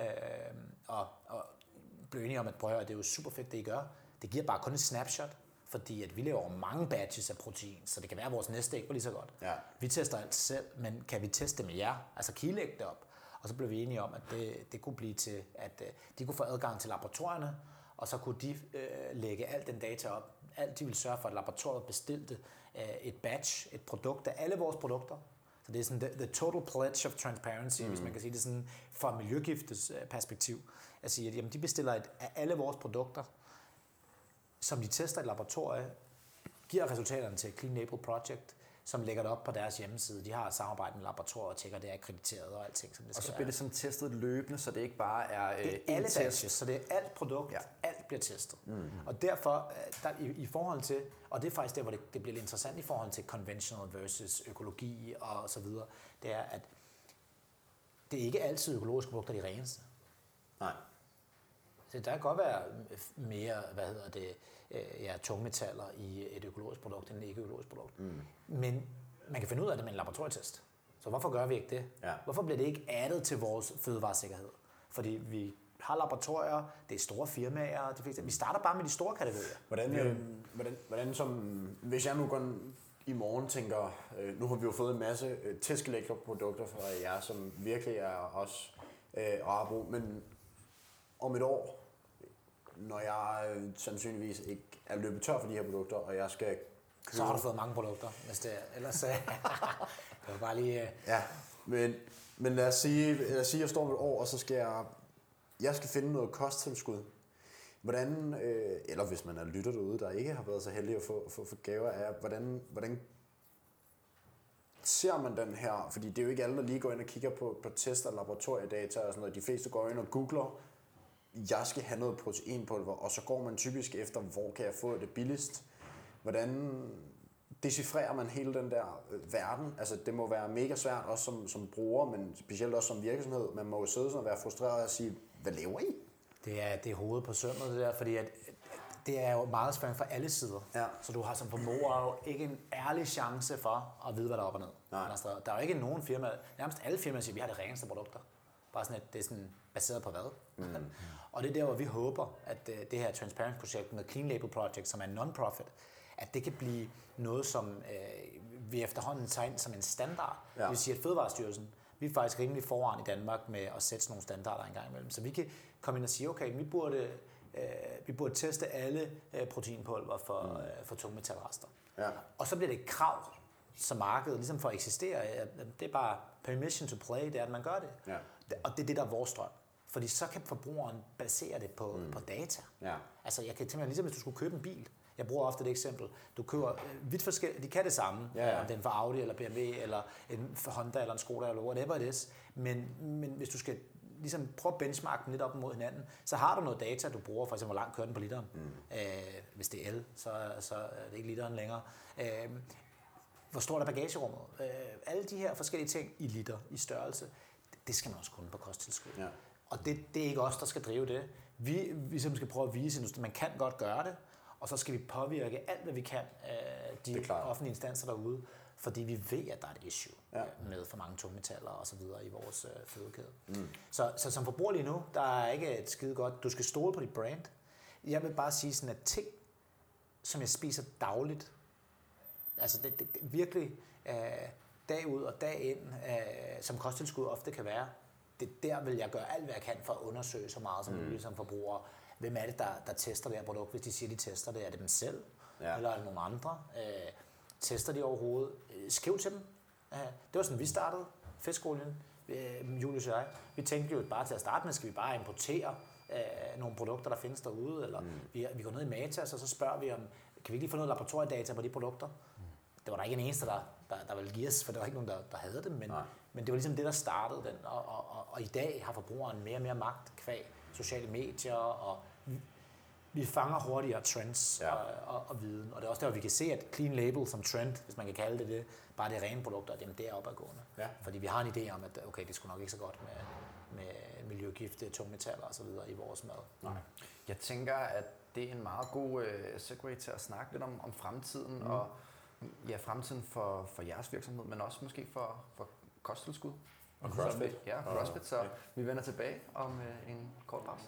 Og blev enige om, at prøv at høre, det er jo super fedt, det I gør. Det giver bare kun et snapshot, fordi at vi laver mange batches af protein, så det kan være, at vores næste ikke var lige så godt. Ja. Vi tester alt selv, men kan vi teste med jer? Altså kan I lægge det op? Og så blev vi enige om, at det kunne blive til, at de kunne få adgang til laboratorierne og så kunne de lægge al den data op. Alt de ville sørge for, at laboratoriet bestilte et batch, et produkt af alle vores produkter. Så det er sådan the total pledge of transparency, hvis man kan sige det sådan fra miljøgiftes perspektiv. At sige, at jamen, de bestiller af alle vores produkter, som de tester i et laboratorie, giver resultaterne til Clean Label Project, som lægger det op på deres hjemmeside. De har samarbejde med laboratorier og tjekker, det er akkrediteret og alting, som det skal. Og så bliver det sådan testet løbende, så det ikke bare er det er alle batches, så det er alt produkt, alt bliver testet. Og derfor, der, i forhold til, og det er faktisk der, hvor det bliver lidt interessant i forhold til conventional versus økologi og så videre, det er, at det er ikke altid økologiske produkter, de reneste. Nej. Så der kan godt være mere, tungmetaller i et økologisk produkt end et ikke-økologisk produkt. Men man kan finde ud af det med en laboratorietest. Så hvorfor gør vi ikke det? Ja. Hvorfor bliver det ikke addet til vores fødevaresikkerhed? Fordi vi har laboratorier, det er store firmaer, de fleste. Vi starter bare med de store kategorier. Hvordan som, hvis jeg nu går i morgen tænker, nu har vi jo fået en masse tæskelektorprodukter fra jer, som virkelig er os Arbo, men om et år, når jeg sandsynligvis ikke er løbet tør for de her produkter, og jeg skal købe... Så har du fået mange produkter, hvis det er. Ellers det var bare lige... Ja, men lad os sige, at jeg står om et år, og så skal jeg skal finde noget kosttilskud. Hvordan, eller hvis man er lytter derude, der ikke har været så heldig at få gaver af, hvordan ser man den her? Fordi det er jo ikke alle, der lige går ind og kigger på tester, laboratoriedata og sådan noget. De fleste går ind og googler, jeg skal have noget proteinpulver, og så går man typisk efter, hvor kan jeg få det billigst. Hvordan decifrerer man hele den der verden? Altså, det må være mega svært, også som bruger, men specielt også som virksomhed. Man må jo sidde sådan og være frustreret og sige, hvad laver I? Det er hovedet på sømmet, det der, fordi at det er jo meget spændende fra alle sider. Ja. Så du har som forbruger jo ikke en ærlig chance for at vide, hvad der er op og ned. Nej. Der er jo ikke nogen firma, nærmest alle firmaer siger, at vi har det reneste produkter. Bare sådan, at det er sådan baseret på hvad? Og det er der, hvor vi håber, at det her Transparency-projekt med Clean Label Project, som er non-profit, at det kan blive noget, som vi efterhånden tager ind som en standard. Ja. Det vil sige, at Fødevarestyrelsen, vi er faktisk rimelig foran i Danmark med at sætte sådan nogle standarder en gang imellem. Så vi kan komme ind og sige, okay, vi burde teste alle proteinpulver for tungmetalrester. Ja. Og så bliver det et krav, som markedet ligesom for at eksistere. Det er bare permission to play, det er, at man gør det. Ja. Og det er det, der er vores drøm. Fordi så kan forbrugeren basere det på data. Ja. Altså, jeg kan simpelthen, ligesom hvis du skulle købe en bil. Jeg bruger ofte det eksempel. Du køber vidt forskellige, de kan det samme, om det er en for Audi eller BMW, eller en for Honda eller en Skoda, eller whatever it is. Men hvis du skal ligesom prøve at benchmarke dem lidt op mod hinanden, så har du noget data, du bruger, for eksempel hvor langt kører den på literen. Hvis det er el, så er det ikke literen længere. Hvor stort er bagagerummet? Alle de her forskellige ting i liter, i størrelse, det skal man også kunne på kosttilskud. Ja. Og det er ikke os, der skal drive det. Vi skal prøve at vise, at man kan godt gøre det, og så skal vi påvirke alt, hvad vi kan, de offentlige instanser derude, fordi vi ved, at der er et issue med for mange tungmetaller og så videre i vores fødekæde. Så som forbruger lige nu, der er ikke et skide godt. Du skal stole på dit brand. Jeg vil bare sige sådan, at ting, som jeg spiser dagligt, altså det virkelig dag ud og dag ind, som kosttilskud ofte kan være, der vil jeg gøre alt, hvad jeg kan for at undersøge så meget som muligt som forbruger. Hvem er det, der tester det her produkt? Hvis de siger, de tester det, er det dem selv? Eller er det nogle andre? Tester de overhovedet? Skriv til dem. Det var sådan, vi startede fiskolien, Julius og jeg. Vi tænkte jo bare til at starte med, skal vi bare importere nogle produkter, der findes derude? Eller vi går ned i Matas, og så spørger vi om, kan vi ikke lige få noget laboratoriedata på de produkter? Det var der ikke en eneste, der ville give os, for der var ikke nogen, der havde det, men det var ligesom det, der startede den. Og i dag har forbrugeren mere og mere magt kvæg sociale medier, og vi fanger hurtigere trends og viden. Og det er også der, vi kan se, at clean label som trend, hvis man kan kalde det, bare det rene produkter, jamen det er opadgående. Ja. Fordi vi har en idé om, at okay, det skulle nok ikke så godt med miljøgifte, tungmetaller og så videre i vores mad. Nej. Jeg tænker, at det er en meget god segue til at snakke lidt om fremtiden, og fremtiden for jeres virksomhed, men også måske for kosttilskud. Og CrossFit. Ja, CrossFit, så vi vender tilbage om en kort pause.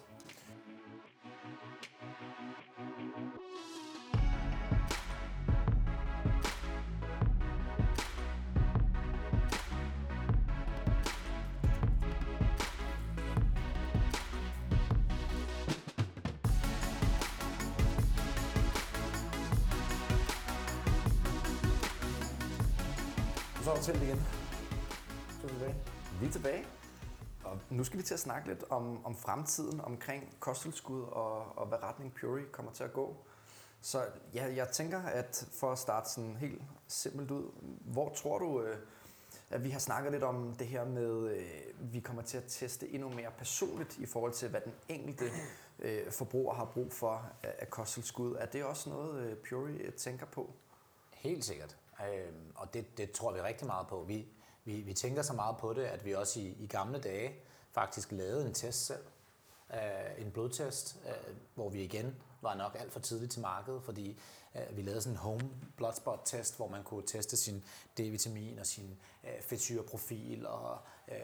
Så er det tændt igen. Så er vi tilbage. Vi er tilbage. Og nu skal vi til at snakke lidt om fremtiden, omkring kosttilskud og hvad retning Puri kommer til at gå. Så jeg tænker, at for at starte sådan helt simpelt ud, hvor tror du, at vi har snakket lidt om det her med, vi kommer til at teste endnu mere personligt i forhold til, hvad den enkelte forbruger har brug for af kosttilskud. Er det også noget, Puri tænker på? Helt sikkert. Og det tror vi rigtig meget på. Vi tænker så meget på det, at vi også i gamle dage faktisk lavede en test selv. En blodtest, hvor vi igen var nok alt for tidligt til markedet, fordi vi lavede sådan en home blood spot test, hvor man kunne teste sin D-vitamin og sin fedtsyreprofil og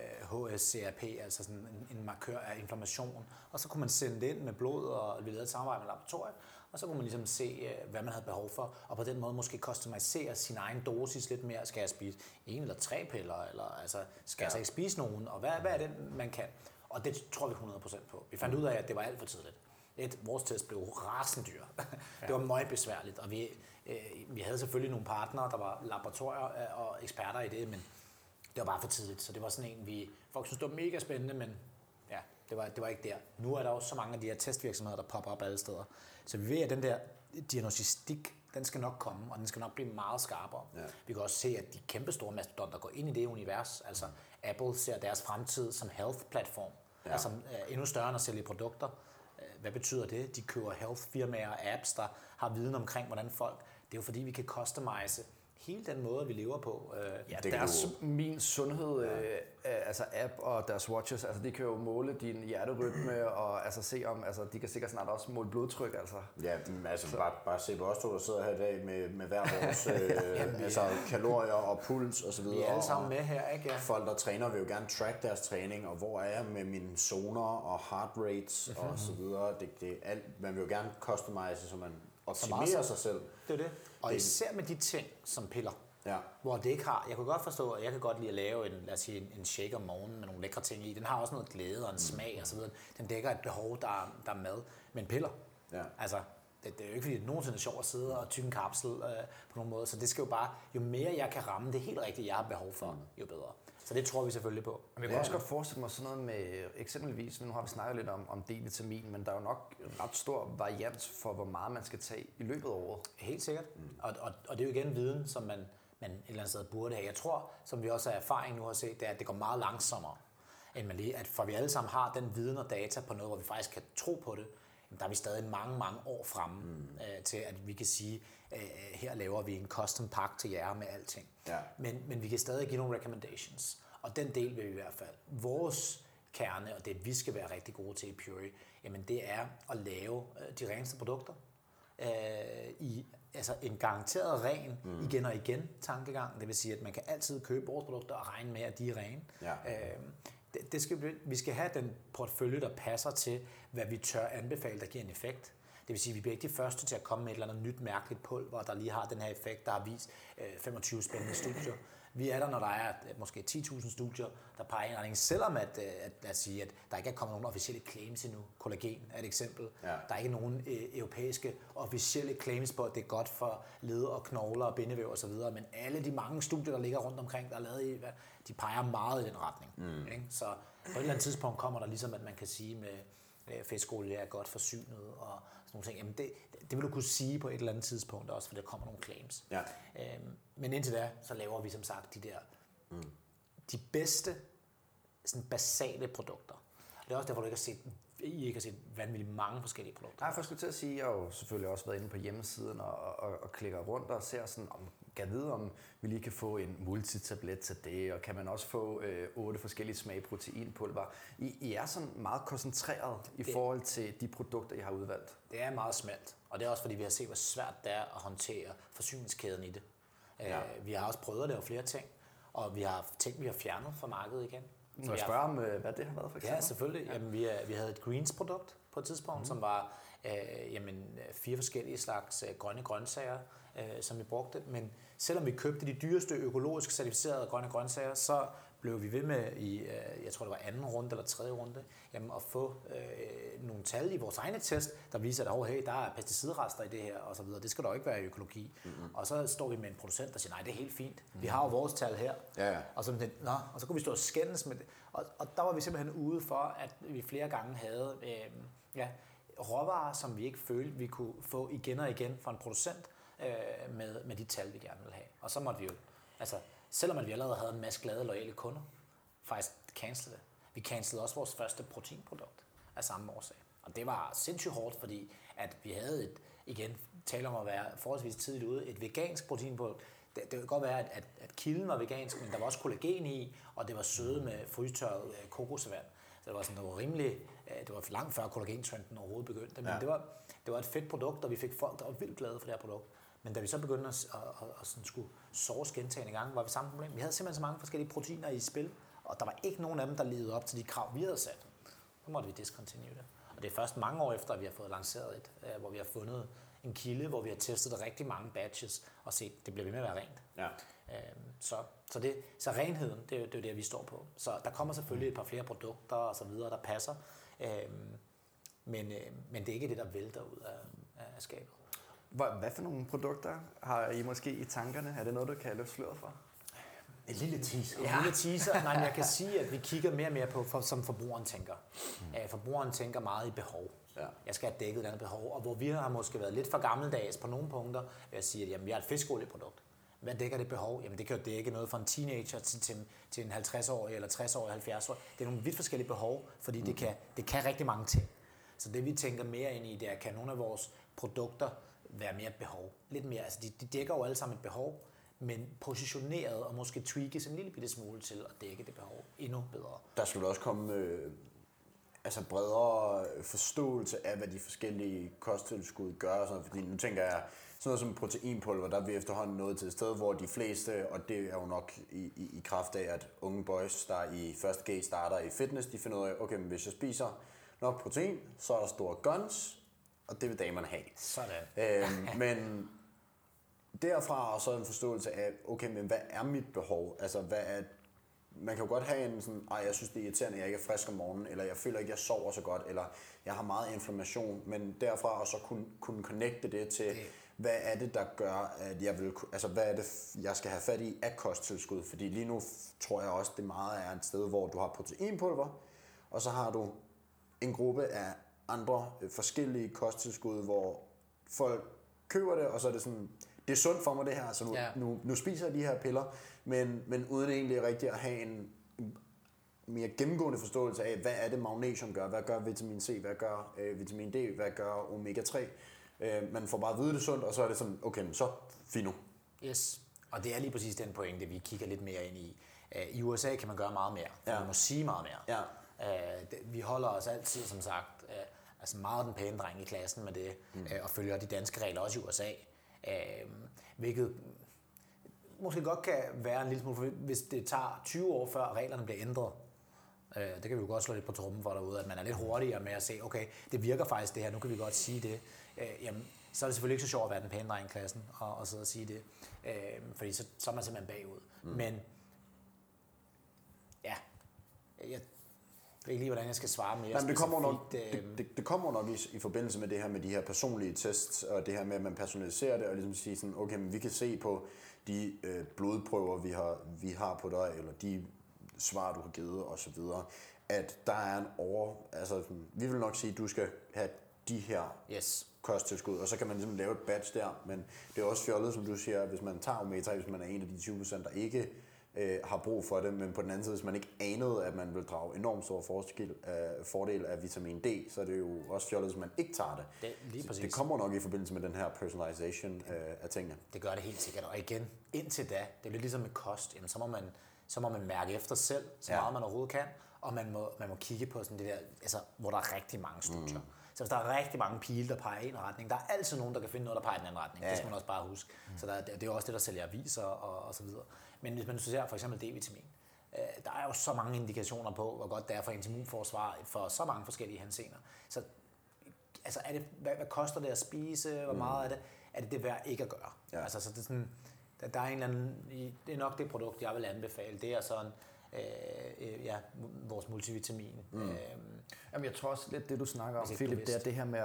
HSCRP, altså sådan en markør af inflammation. Og så kunne man sende det ind med blod, og vi lavede et samarbejde med laboratoriet, og så kunne man ligesom se, hvad man havde behov for, og på den måde måske customisere sin egen dosis lidt mere. Skal jeg spise 1 eller 3 piller, eller altså, skal jeg så ikke spise nogen, og hvad er det, man kan? Og det tror vi 100% på. Vi fandt ud af, at det var alt for tidligt. Vores test blev rasende dyr. Det var meget besværligt, og vi havde selvfølgelig nogle partnere, der var laboratorier og eksperter i det, men det var bare for tidligt. Så det var sådan en, folk synes, det var mega spændende, men ja, det var ikke der. Nu er der også så mange af de her testvirksomheder, der popper op alle steder. Så vi ved, at den der diagnostik, den skal nok komme, og den skal nok blive meget skarpere. Ja. Vi kan også se, at de kæmpe store mastodonter går ind i det univers. Altså Apple ser deres fremtid som health-platform, altså endnu større end at sælge produkter. Hvad betyder det? De køber health-firmaer og apps, der har viden omkring, hvordan folk... Det er jo fordi, vi kan customize hele den måde, vi lever på. Min sundhed, altså app og deres watches, altså de kan jo måle din hjerterytme og altså se om, altså de kan sikkert snart også måle blodtryk, altså. Ja, altså bare se på os to, der sidder her i dag med hver vores altså kalorier og puls og så videre. Vi er alle sammen med her, ikke? Ja. Folk, der træner, vil jo gerne track deres træning, og hvor er jeg med mine zoner og heart rates og så videre. Det alt, man vil jo gerne customize, så man optimerer sig selv. Det er det. Og især med de ting som piller, hvor det ikke har... Jeg kan godt forstå, at jeg kan godt lide at lave en shake om morgenen med nogle lækre ting i. Den har også noget glæde og en smag og så videre. Den dækker et behov, der er mad. Men piller, altså... Det er jo ikke fordi, det er nogensinde sjovt at sidde og tygge en kapsel på nogen måde. Så det skal jo bare... Jo mere jeg kan ramme det helt rigtigt, jeg har behov for, jo bedre. Så det tror vi selvfølgelig på. Men jeg kan også godt forestille mig sådan noget med, eksempelvis, nu har vi snakket lidt om D-vitamin, men der er jo nok ret stor varians for, hvor meget man skal tage i løbet af året. Helt sikkert. Og det er jo igen viden, som man et eller andet sted burde have. Jeg tror, som vi også har erfaring nu har set, det er, at det går meget langsommere, end man lige, at for vi alle sammen har den viden og data på noget, hvor vi faktisk kan tro på det, der er vi stadig mange, mange år fremme til, at vi kan sige, her laver vi en custom pakke til jer med alting. Ja. Men vi kan stadig give nogle recommendations. Og den del vil vi i hvert fald. Vores kerne, og det vi skal være rigtig gode til i Puri, jamen det er at lave de reneste produkter. Altså en garanteret ren igen og igen tankegang. Det vil sige, at man kan altid købe vores produkter og regne med, at de er rene. Ja. Vi skal have den portefølje, der passer til, hvad vi tør anbefale, der giver en effekt. Det vil sige, at vi bliver ikke de første til at komme med et eller andet nyt mærkeligt pulver, der lige har den her effekt, der har vist 25 spændende studier. Vi er der, når der er måske 10.000 studier, der peger i en retning, selvom at sige, at der ikke er kommet nogen officielle claims endnu. Kollagen er et eksempel. Ja. Der er ikke nogen europæiske officielle claims på, at det er godt for led og knogler og bindevæv osv., men alle de mange studier, der ligger rundt omkring, der er lavet i, de peger meget i den retning. Ikke? Så på et eller andet tidspunkt kommer der ligesom, at man kan sige med fedtskolie er godt forsynet og sådan nogle ting. Jamen det vil du kunne sige på et eller andet tidspunkt også, for der kommer nogle claims. Ja. Men indtil da, så laver vi som sagt de bedste sådan basale produkter. Det er også derfor, I ikke har set vanvittigt mange forskellige produkter. Nej, for jeg skulle til at sige, jeg har jo selvfølgelig også været inde på hjemmesiden og klikker rundt og ser sådan, kan vide, om vi lige kan få en multitablet til det, og kan man også få 8 forskellige smage proteinpulver. I er sådan meget koncentreret i forhold til de produkter, I har udvalgt. Det er meget smalt, og det er også fordi, vi har set, hvor svært det er at håndtere forsyningskæden i det. Ja. Vi har også prøvet at lave flere ting, og vi har ting, vi har fjernet fra markedet igen. Må jeg spørge om, hvad det har været for eksempel? Ja, selvfølgelig. Ja. Jamen, vi havde et greens-produkt på et tidspunkt, som var 4 forskellige slags grønne grøntsager, som vi brugte. Men selvom vi købte de dyreste økologisk certificerede grønne grøntsager, så blev vi ved med i, jeg tror det var anden runde eller tredje runde, jamen at få nogle tal i vores egne test, der viser, at hey, der er pesticidrester i det her, og så videre. Det skal der jo ikke være i økologi. Og så står vi med en producent, der siger, nej, det er helt fint. Vi har jo vores tal her. Ja. Og så, og så kunne vi stå og skændes med det. Og der var vi simpelthen ude for, at vi flere gange havde råvarer, som vi ikke følte, vi kunne få igen og igen fra en producent med de tal, vi gerne ville have. Og så måtte vi jo, altså selvom vi allerede havde en masse glade, loyale kunder, faktisk cancele det. Vi cancelede også vores første proteinprodukt af samme årsag. Og det var sindssygt hårdt, fordi at vi havde tale om at være forholdsvis tidligt ude, et vegansk proteinprodukt. Det kan godt være, at kilden var vegansk, men der var også kollagen i, og det var søde med frystørret kokosvand. Så det var sådan noget rimelig, det var langt før kollagentrenden overhovedet begyndte, men det var et fedt produkt, og vi fik folk, der var vildt glade for det her produkt. Men da vi så begyndte at sådan skulle source gentagende gange, var vi samme problem. Vi havde simpelthen så mange forskellige proteiner i spil, og der var ikke nogen af dem, der levede op til de krav, vi havde sat. Så måtte vi discontinue det. Og det er først mange år efter, at vi har fået lanceret et, hvor vi har fundet en kilde, hvor vi har testet det rigtig mange batches, og set, det bliver ved med at være rent. Ja. Så renheden, det er jo det, vi står på. Så der kommer selvfølgelig et par flere produkter og så videre, der passer. Men det er ikke det, der vælter ud af skabet. Hvad for nogle produkter har I måske i tankerne? Er det noget, du kan løfte sløret for? En lille teaser. Ja. En lille teaser. Nej, men jeg kan sige, at vi kigger mere og mere på, som forbrugeren tænker. Forbrugeren tænker meget i behov. Ja. Jeg skal have dækket et andet behov. Og hvor vi har måske været lidt for gammeldags på nogle punkter, vil jeg sige, at jamen, vi har et fiskolieprodukt. Hvad dækker det behov? Jamen det kan jo dække noget fra en teenager til en 50-årig eller 60-årig, 70-årig. Det er nogle vidt forskellige behov, fordi det kan rigtig mange ting. Så det vi tænker mere ind i, det er, kan nogle af vores produkter være mere et behov? Lidt mere, altså de dækker jo alle sammen et behov, men positioneret og måske tweakes en lille bitte smule til at dække det behov endnu bedre. Der skulle også komme bredere forståelse af, hvad de forskellige kosttilskud gør. Sådan, fordi nu tænker jeg, sådan noget som proteinpulver, der er vi efterhånden nået til et sted, hvor de fleste, og det er jo nok i kraft af, at unge boys, der i første G starter i fitness, de finder ud af, okay, men hvis jeg spiser nok protein, så er der store guns, og det vil damerne have. Sådan. Men derfra og så en forståelse af, okay, men hvad er mit behov? Altså, hvad er... Man kan jo godt have en sådan, jeg synes det er irriterende, at jeg ikke er frisk om morgenen, eller jeg føler ikke, jeg sover så godt, eller jeg har meget inflammation, men derfra og så kunne connecte det til, hvad er det, der gør, at jeg vil, altså hvad er det, jeg skal have fat i af kosttilskud? Fordi lige nu tror jeg også, det meget er et sted, hvor du har proteinpulver, og så har du en gruppe af andre forskellige kosttilskud, hvor folk køber det, og så er det sådan, det er sundt for mig det her, så nu spiser jeg de her piller, men uden egentlig rigtig at have en mere gennemgående forståelse af, hvad er det magnesium gør, hvad gør vitamin C, hvad gør vitamin D, hvad gør omega-3. Man får bare at vide det sundt, og så er det sådan, okay, så fino. Yes, og det er lige præcis den pointe, vi kigger lidt mere ind i. I USA kan man gøre meget mere, man må sige meget mere. Ja. Vi holder os altid, som sagt, altså meget den pæne dreng i klassen med det, og følger de danske regler også i USA. Hvilket måske godt kan være en lille smule, hvis det tager 20 år før reglerne bliver ændret. Det kan vi jo godt slå lidt på trummen for derude, at man er lidt hurtigere med at se, okay, det virker faktisk det her, nu kan vi godt sige det. Jamen, så er det selvfølgelig ikke så sjovt at være den pæne dreng i klassen og sidde og sige det, fordi så er man simpelthen bagud. Men ja, jeg ved ikke lige, hvordan jeg skal svare mere. Men det kommer nok i forbindelse med det her med de her personlige tests, og det her med, at man personaliserer det, og ligesom sige sådan, okay, men vi kan se på de blodprøver, vi har på dig, eller de svar, du har givet, og så videre, at der er en altså, vi vil nok sige, at du skal have de her kosttilskud, og så kan man ligesom lave et batch der, men det er også fjollet, som du siger, hvis man tager omega-3, hvis man er en af de 20%, der ikke har brug for det, men på den anden side, hvis man ikke anede, at man vil drage enormt stor fordel af vitamin D, så er det jo også fjollet, hvis man ikke tager det. Det kommer nok i forbindelse med den her personalization af tingene. Det gør det helt sikkert, og igen, indtil da, det er lidt ligesom med kost, jamen, så må man mærke efter selv, så meget man overhovedet kan, og man må kigge på sådan det der, altså, hvor der er rigtig mange studier. Så hvis der er rigtig mange pile, der peger i en retning, der er altid nogen, der kan finde noget, der peger i den anden retning. Det skal man også bare huske. Så det er også det, der sælger aviser og så videre. Men hvis man ser for eksempel D-vitamin, der er jo så mange indikationer på, hvor godt det er for ens immunforsvar for så mange forskellige henseender. Så altså, hvad koster det at spise? Hvor meget er det værd ikke at gøre? Ja. Altså, så det er sådan, der er en eller anden, det er nok det produkt, jeg vil anbefale. Det er sådan vores multivitamin. Jamen, jeg tror også lidt det, du snakker om, Philip, det er det her med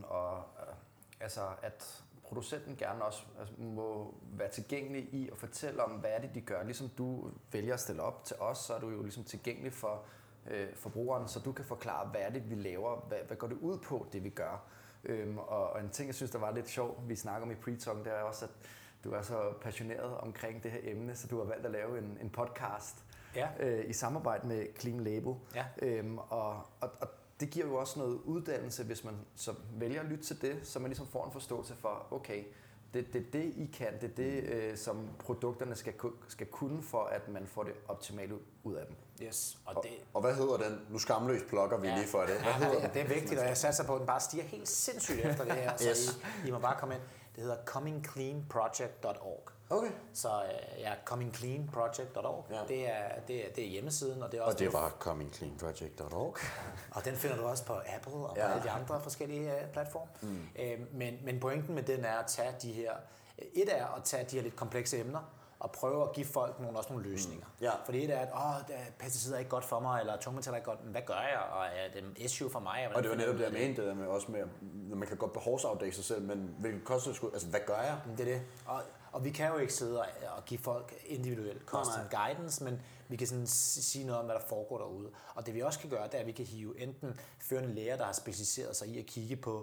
at producenten gerne også må være tilgængelig i at fortælle om, hvad er det, de gør. Ligesom du vælger at stille op til os, så er du jo ligesom tilgængelig for forbrugeren, så du kan forklare, hvad er det, vi laver, hvad går det ud på, det vi gør. Og en ting, jeg synes, der var lidt sjov, vi snakker om i pre-talk, det er også, at du er så passioneret omkring det her emne, så du har valgt at lave en podcast i samarbejde med Clean Label. Ja. Og det giver jo også noget uddannelse, hvis man så vælger at lytte til det, så man ligesom får en forståelse for, okay, det er det, I kan, det er det, som produkterne skal kunne, for at man får det optimale ud af dem. Yes. Og hvad hedder den? Nu skamløst plukker vi lige for det. Det er vigtigt, og jeg satser på, at den bare stiger helt sindssygt efter det her, så I må bare komme ind. Det hedder comingcleanproject.org. Okay. Så comingcleanproject.org, det er hjemmesiden, og det er også... Og det var comingcleanproject.org. Og den finder du også på Apple og på alle de andre forskellige platforme. Men pointen med den er at tage de her... Et er at tage de her lidt komplekse emner, og prøve at give folk nogle løsninger. Fordi et er, at pesticider er ikke godt for mig, eller tungmetaller er ikke godt, men hvad gør jeg, og er det en issue for mig? Og det var netop det, jeg mente, det der med også med, man kan godt behovsafdække sig selv, men hvilket kosttilskud, altså hvad gør jeg? Det er det. Og vi kan jo ikke sidde og give folk individuelt constant guidance, men vi kan sådan sige noget om, hvad der foregår derude. Og det vi også kan gøre, det er, at vi kan hive enten førende læger, der har specialiseret sig i at kigge på,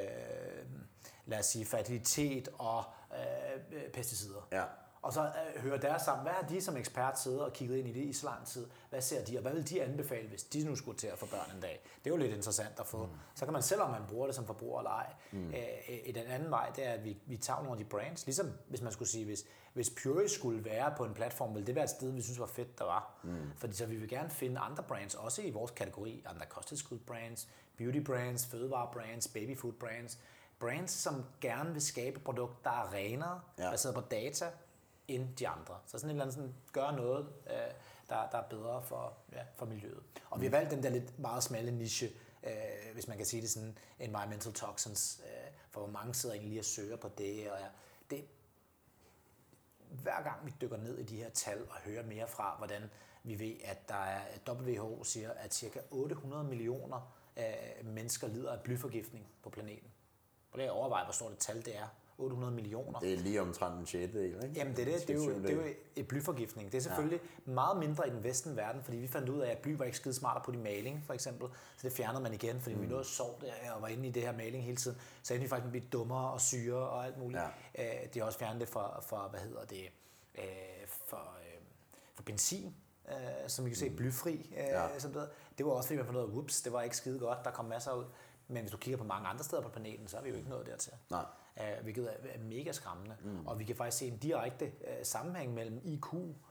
lad os sige, fertilitet og pesticider. Ja. Og så hører deres sammen, hvad har de som ekspert siddet og kigget ind i det i så lang tid? Hvad ser de, og hvad vil de anbefale, hvis de nu skulle til at få børn en dag? Det er jo lidt interessant at få. Så kan man selv, om man bruger det som forbruger eller ej. Den anden vej, det er, at vi tager nogle af de brands. Ligesom hvis man skulle sige, hvis Puree skulle være på en platform, ville det være et sted, vi synes var fedt, der var. Fordi så vi vil gerne finde andre brands, også i vores kategori. Andre kosttilskudsbrands, beauty brands, fødevarebrands, babyfood brands. Brands, som gerne vil skabe et produkt, der er renere, baseret på data, end de andre. Så sådan et eller andet sådan, gør noget, der er bedre for miljøet. Og vi har valgt den der lidt meget smalle niche, hvis man kan sige det sådan, environmental toxins, for hvor mange sidder egentlig lige og søger på det. Og hver gang vi dykker ned i de her tal og hører mere fra, hvordan vi ved, at der er, WHO siger, at ca. 800 millioner mennesker lider af blyforgiftning på planeten. Prøv lige at overveje, hvor stort et tal det er. 800 millioner. Det er lige omtrent en sjettedel, ikke? Jamen det er jo et blyforgiftning. Det er selvfølgelig meget mindre i den vestlige verden, fordi vi fandt ud af, at bly var ikke skide smart på i maling, for eksempel. Så det fjernede man igen, fordi vi nåede sov der og var inde i det her maling hele tiden. Så endte vi faktisk blive dummere og syre og alt muligt. De har også fjernet det for for benzin, som vi kan se blyfri. Det var også fordi man fandt ud af, whoops, det var ikke skide godt, der kom masser ud. Men hvis du kigger på mange andre steder på planeten, så er vi jo ikke nået dertil. Nej. Hvilket er mega skræmmende. Og vi kan faktisk se en direkte sammenhæng mellem IQ,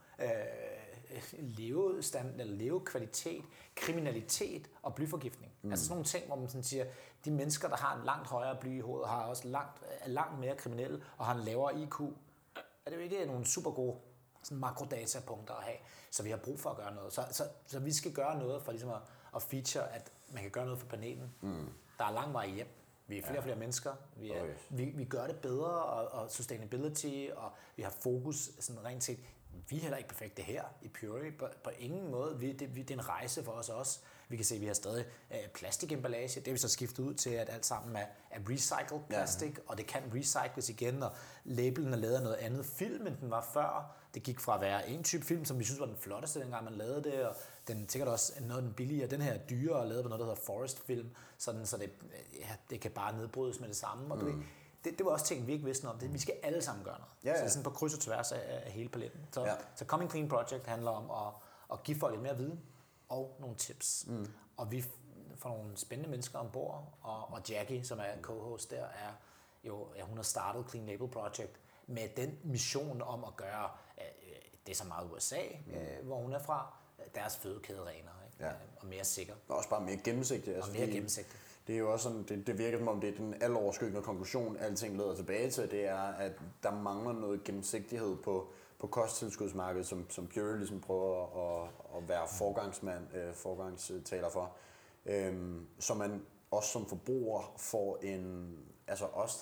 levekvalitet, kriminalitet og blyforgiftning. Altså sådan nogle ting, hvor man sådan siger, de mennesker, der har en langt højere bly i hovedet, har også langt mere kriminelle og har en lavere IQ. Er det jo ikke nogle super gode makrodatapunkter at have? Så vi har brug for at gøre noget. Så vi skal gøre noget for ligesom at feature, at man kan gøre noget for planeten. Der er lang vej hjem. Vi er flere og flere mennesker. Vi gør det bedre, og sustainability, og vi har fokus sådan rent set. Vi er heller ikke perfekte her i Puree, på ingen måde. Det er en rejse for os også. Vi kan se, at vi har stadig plastikemballage. Det er vi så skiftet ud til, at alt sammen er recycled plastik, og det kan recycles igen, og labelen er lavet af noget andet film, end den var før. Det gik fra at være en type film, som vi synes var den flotteste, dengang man lavede det, og den sikkert også noget den billigere. Den her er dyrere, lavet på noget, der hedder Forest Film, så det kan bare nedbrydes med det samme. Og det var også ting, vi ikke vidste noget om. Vi skal alle sammen gøre noget. Så det er sådan på kryds og tværs af hele paletten. Så Coming Clean Project handler om at give folk lidt mere viden og nogle tips. Og vi får nogle spændende mennesker ombord, og Jackie, som er co-host der, hun har startet Clean Label Project med den mission om at gøre det så meget USA, hvor hun er fra, deres fødekæde renere, og mere sikker. Og også bare mere gennemsigtigt. Og mere gennemsigtigt. Det er jo også sådan, det virker som om, det er den alleroverskyggende konklusion, alting leder tilbage til, det er, at der mangler noget gennemsigtighed på kosttilskudsmarkedet, som Puree ligesom prøver at være forgangstaler for. Så man også som forbruger får altså os, der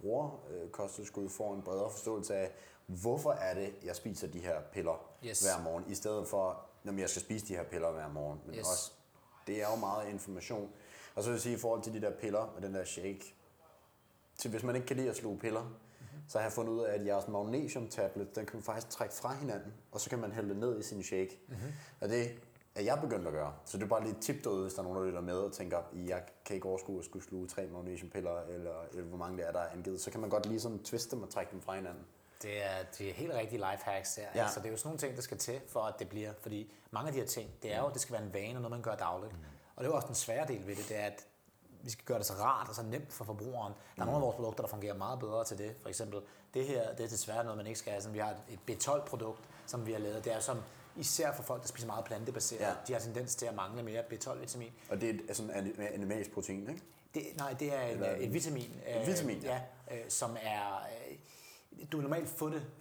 bruger kosttilskud, får en bredere forståelse af, hvorfor er det, jeg spiser de her piller hver morgen, i stedet for, når jeg skal spise de her piller hver morgen. Men også, det er jo meget information. Og så vil jeg sige, i forhold til de der piller og den der shake, så hvis man ikke kan lide at sluge piller, så har jeg fundet ud af, at jeres magnesium-tablet, den kan man faktisk trække fra hinanden, og så kan man hælde det ned i sin shake. Og det er jeg begyndt at gøre. Så det er bare lige et tip derude, hvis der er nogen, der lytter med og tænker, jeg kan ikke overskue at skulle sluge 3 magnesiumpiller, eller hvor mange det er, der er angivet. Så kan man godt lige sådan twiste dem og trække dem fra hinanden. Det er helt rigtige lifehacks der. Ja. Altså, det er jo sådan nogle ting, der skal til, for at det bliver. Fordi mange af de her ting, det er jo, det skal være en vane, og noget, man gør dagligt. Og det er jo også den svære del ved det, det er, at vi skal gøre det så rart og så nemt for forbrugeren. Der er nogle af vores produkter, der fungerer meget bedre til det. For eksempel, det her, det er desværre noget, man ikke skal have. Vi har et B12-produkt, som vi har lavet. Det er som især for folk, der spiser meget plantebaseret. Ja. De har tendens til at mangle mere B12-vitamin. Og det er sådan animalsk protein, ikke? Det er et vitamin. Vitamin, ja. Som er... Du vil normalt få det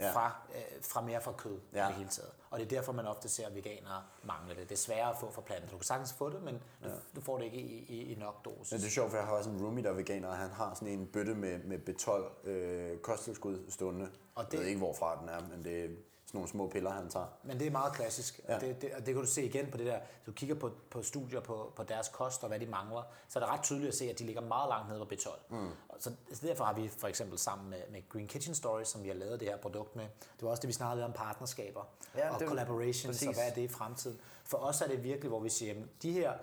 fra kød i det hele taget. Og det er derfor, man ofte ser veganere mangle det. Det er sværere at få fra planter. Du kan sagtens få det, men du får det ikke i nok dosis. Men det er sjovt, for jeg har også en roomie, der er veganer, og han har sådan en bøtte med B12 kosttilskud stående. Og jeg ved ikke, hvorfra den er, men det er sådan nogle små piller, han tager. Men det er meget klassisk. Ja. Det kan du se igen på det der. Du kigger på studier på deres kost og hvad de mangler, så er det ret tydeligt at se, at de ligger meget langt nede på B12. Så derfor har vi for eksempel sammen med Green Kitchen Stories, som vi har lavet det her produkt med. Det var også det, vi snakkede om partnerskaber og collaborations, og hvad er det i fremtiden. For os er det virkelig, hvor vi siger, at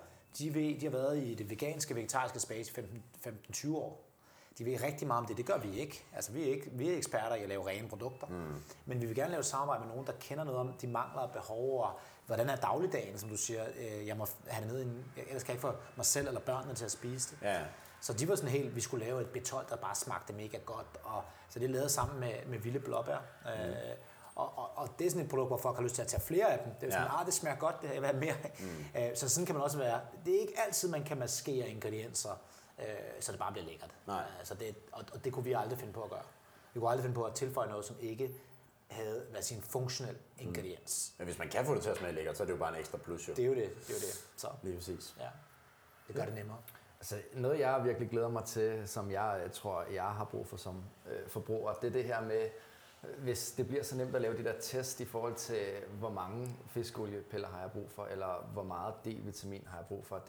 de har været i det veganske, vegetariske space 15-20 år. De ved rigtig meget om det. Det gør vi ikke. Altså, vi er eksperter i at lave rene produkter. Men vi vil gerne lave et samarbejde med nogen, der kender noget om de mangler og behov, og hvordan er dagligdagen, som du siger, jeg må have det ned ellers kan jeg ikke få mig selv eller børnene til at spise det. Ja. Så de var sådan helt, vi skulle lave et B12, der bare smagte mega godt. Og så det lavede sammen med vilde blåbær. Og det er sådan et produkt, hvor folk har lyst til at tage flere af dem. Det er sådan, det smager godt, jeg vil have mere. Så sådan kan man også være. Det er ikke altid, man kan maskere ingredienser, så det bare bliver lækkert. Altså og det kunne vi aldrig finde på at gøre. Vi kunne aldrig finde på at tilføje noget, som ikke havde sin funktionel ingrediens. Men hvis man kan få det til at smage lækkert, så er det jo bare en ekstra plus, jo. Det er jo det. Så. Lige præcis. Ja. Det gør det nemmere. Altså, noget, jeg virkelig glæder mig til, som jeg tror, jeg har brug for som forbruger, det er det her med, hvis det bliver så nemt at lave de der test i forhold til, hvor mange fiskoliepiller har jeg brug for, eller hvor meget D-vitamin har jeg brug for,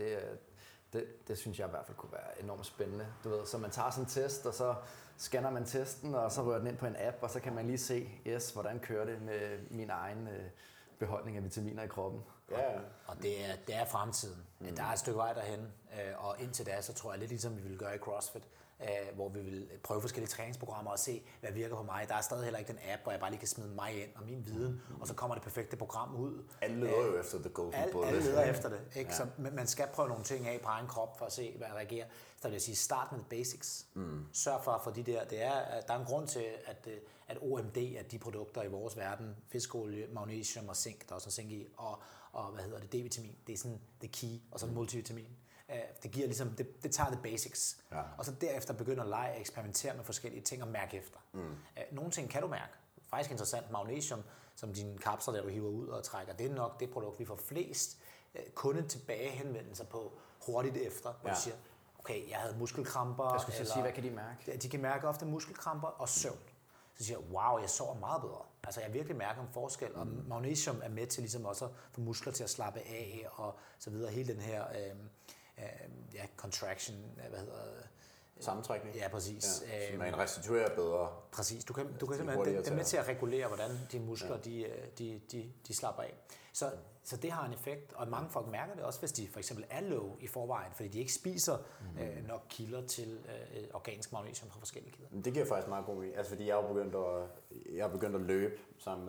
det synes jeg i hvert fald kunne være enormt spændende. Du ved, så man tager sådan en test, og så scanner man testen, og så rører den ind på en app, og så kan man lige se, hvordan kører det med min egen beholdning af vitaminer i kroppen. Ja. Og det er fremtiden. Der er et stykke vej derhen, og indtil da, så tror jeg lidt ligesom vi vil gøre i CrossFit, hvor vi vil prøve forskellige træningsprogrammer og se, hvad virker på mig. Der er stadig heller ikke den app, hvor jeg bare lige kan smide mig ind og min viden, og så kommer det perfekte program ud. Alle leder jo efter the golden bullet. Alle leder efter det. Ikke? Ja. Så man skal prøve nogle ting af på egen krop for at se, hvad der reagerer. Så vil jeg sige, start med the basics. Sørg for de der. Der er en grund til, at OMD er de produkter i vores verden, fiskolie, magnesium og zink, der er også zink i, og D-vitamin. Det er sådan det key, og så multivitamin. Det giver ligesom, det tager the basics. Ja. Og så derefter begynder at lege og eksperimentere med forskellige ting og mærke efter. Nogle ting kan du mærke. Faktisk interessant, magnesium, som dine kapsler, der du hiver ud og trækker, det er nok det produkt, vi får flest kunde tilbagehenvendelser på hurtigt efter, hvor de siger, okay, jeg havde muskelkramper. Jeg skulle sige, hvad kan de mærke? De kan mærke ofte muskelkramper og søvn. Så siger jeg, wow, jeg sover meget bedre. Altså jeg virkelig mærker en forskel, og magnesium er med til ligesom også at få muskler til at slappe af, og så videre. Hele den her contraction, sammentrækning. Ja, præcis. Ja, så man restituerer bedre. Præcis. Du kan simpelthen, det er med til at regulere, hvordan dine muskler de slapper af. Så det har en effekt, og mange folk mærker det også, hvis de for eksempel er low i forvejen, fordi de ikke spiser nok kilder til organisk magnesium fra forskellige kilder. Det giver faktisk meget god mening, altså fordi jeg er begyndt at løbe sammen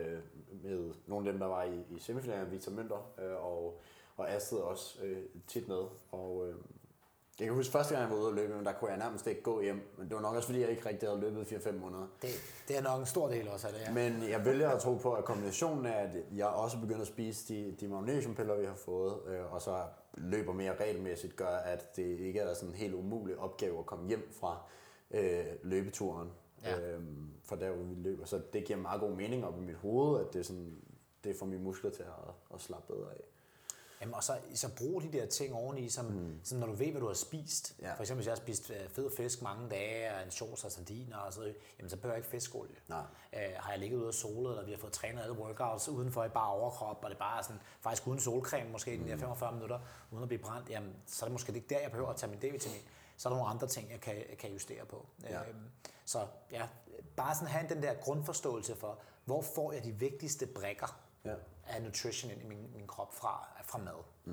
med nogle af dem, der var i semifinalen, Victor Mønter og Astrid også tit med, og jeg kan huske første gang, jeg var ude at løbe, men der kunne jeg nærmest ikke gå hjem. Men det var nok også, fordi jeg ikke rigtig havde løbet 4-5 måneder. Det er nok en stor del også af det, ja. Men jeg vælger at tro på, at kombinationen af, at jeg også begynder at spise de magnesiumpiller, vi har fået, og så løber mere regelmæssigt, gør, at det ikke er sådan en helt umulig opgave at komme hjem fra løbeturen. Ja. For der, hvor vi løber. Så det giver meget god mening op i mit hoved, at det får mine muskler til at slappe bedre af. Jamen, og så brug de der ting oveni, som når du ved, hvad du har spist. Ja. For eksempel, hvis jeg har spist fed fisk mange dage, og en shorts og sardiner og så, jamen, så behøver jeg ikke fiskolie. Har jeg ligget ude og solet, eller vi har fået trænet alle workouts udenfor i bare overkrop, og det er bare sådan, faktisk uden solcreme, måske de der 45 minutter, uden at blive brændt, jamen, så er det måske ikke der, jeg behøver at tage min D-vitamin. Så er der nogle andre ting, jeg kan justere på. Ja. Så ja, bare sådan have den der grundforståelse for, hvor får jeg de vigtigste brikker af nutrition ind i min krop fra mad.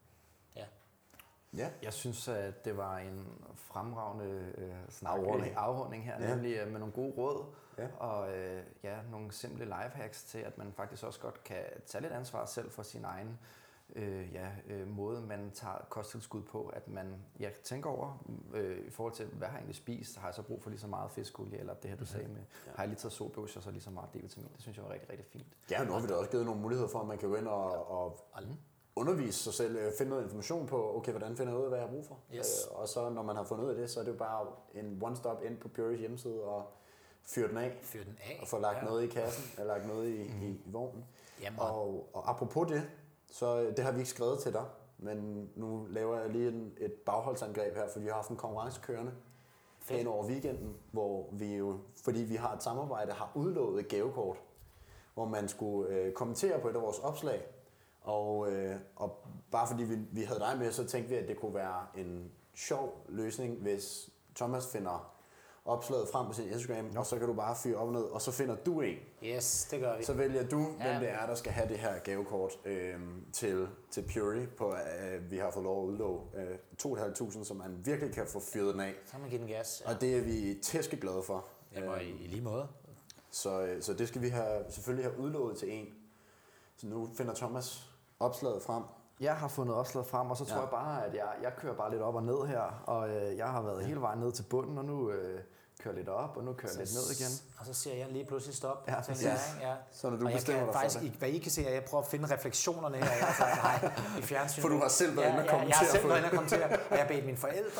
Ja. Jeg synes, at det var en fremragende afrunding her, nemlig med nogle gode råd og nogle simple lifehacks til, at man faktisk også godt kan tage lidt ansvar selv for sin egen måde, man tager kosttilskud på, at man tænker over i forhold til, hvad har jeg egentlig spist? Har jeg så brug for lige så meget fiskolie, eller det her, du sagde med, har jeg lige taget solbøs og så lige så meget D-vitamin? Det synes jeg var rigtig, rigtig fint. Ja, nu har vi da også givet nogle muligheder for, at man kan gå ind og undervise sig selv, finde noget information på, okay, hvordan finder jeg ud af, hvad jeg har brug for? Yes. Og så, når man har fundet ud af det, så er det jo bare en one-stop ind på Purys hjemmeside og fyre den af. Og få lagt noget i kassen, eller lagt noget i vognen. Jamen. Og apropos det, så det har vi ikke skrevet til dig, men nu laver jeg lige et bagholdsangreb her, for vi har haft en konkurrence kørende hen over weekenden, hvor vi jo, fordi vi har et samarbejde, har udlovet et gavekort, hvor man skulle kommentere på et af vores opslag. Og bare fordi vi havde dig med, så tænkte vi, at det kunne være en sjov løsning, hvis Thomas finder opslaget frem på sin Instagram, og så kan du bare fyre op og ned, og så finder du en. Yes, det gør vi. Så vælger du, hvem det er, der skal have det her gavekort til Puri, på vi har fået lov at udlove 2.500, så man virkelig kan få fyret den af. Så kan man give den gas. Og det er vi tæske glade for. Jamen, i lige måde. Så det skal vi selvfølgelig have udlovet til en. Så nu finder Thomas opslaget frem. Jeg har fundet opslaget frem, og så tror jeg bare, at jeg kører bare lidt op og ned her, og jeg har været hele vejen ned til bunden, og nu kører lidt op, og nu kører lidt ned igen. Og så siger jeg lige pludselig stop. Ja, så når du bestemmer dig for det. Hvad I kan se, at jeg prøver at finde refleksionerne her i fjernsynet. For du har selv været inde og kommentere. Jeg har selv været inde og kommentere, og jeg bedte mine forældre,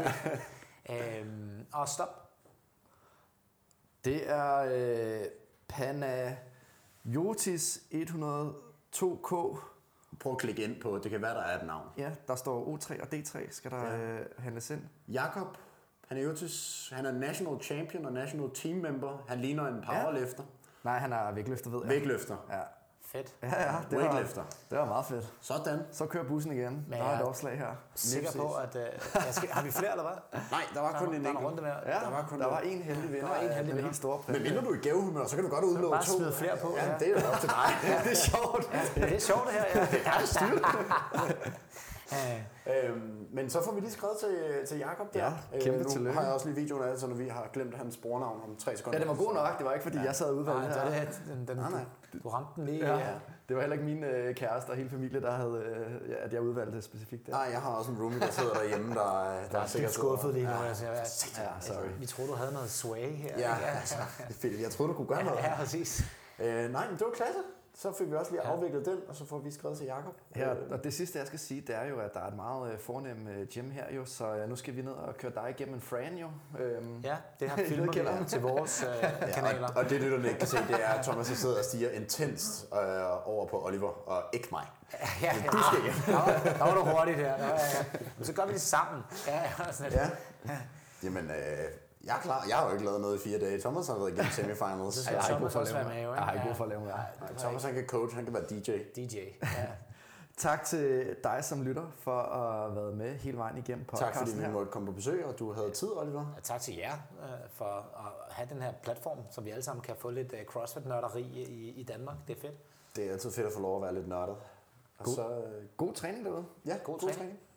og stop. Det er Panayotis 102K. Prøv at klikke ind på, det kan være, der er et navn. Ja, der står O3 og D3, skal der handles ind. Jakob Panayotis, han er national champion og national team member. Han ligner en powerlifter. Nej, han er vægtløfter, ved jeg. Vægtløfter. Ja. Fedt. Ja, det var meget fedt. Sådan. Så kører bussen igen. Der er et opslag her. Sikker på, at... har vi flere, eller hvad? Nej, der var kun en enkelt. Ja, der var en heldig vinder. Der var en heldig vinder. Helt store præmie. Men mindre du er i gavehumør, så kan du godt udlove bare 2. smide flere på. Ja, det er jo op til dig. Det er sjovt. Ja, det er sjovt, det her. Ja. Det er styrt. Men så får vi lige skrevet til Jakob der. Ja, kæmpe tillykke. Nu har jeg også lige videoen af det, så når vi har glemt hans brugernavn om 3 sekunder. Ja, det var god nok. Det var ikke, fordi jeg sad udvalgt her. Nej. Du ramte den lige. Ja. Det var heller ikke min kæreste og hele familie, der havde, at jeg udvalgte det specifikt der. Nej, jeg har også en roomie, der sidder derhjemme, der er sikkert skuffet lige nu. Sorry. Vi troede, du havde noget sway her. Ja, altså, jeg troede, du kunne gøre noget. Ja, præcis. Nej, men det var klasse. Så fik vi også lige afviklet den, og så får vi skrevet til Jakob. Ja, og det sidste, jeg skal sige, det er jo, at der er et meget fornem gym her jo, så nu skal vi ned og køre dig igennem en Fran jo. Ja, det har filmet vi til vores kanaler. Og det lytterne ikke kan se, det er, at Thomas sidder og stiger intenst over på Oliver, og ikke mig. Ja, du skal hjem. Der var du hurtigt her. Men så gør vi det sammen. Ja. Jamen, jeg er klar. Jeg har jo ikke lavet noget i 4 dage. Thomas har været igennem semifinals. Jeg har ikke brug for at lave noget. Thomas han kan coach, han kan være DJ. Ja. Tak til dig som lytter for at have været med hele vejen igennem podcasten. Tak fordi vi måtte komme på besøg, og du havde tid, Oliver. Ja, tak til jer for at have den her platform, så vi alle sammen kan få lidt CrossFit-nørderi i Danmark. Det er fedt. Det er altid fedt at få lov at være lidt nørdet. God træning derude. Ja, god træning.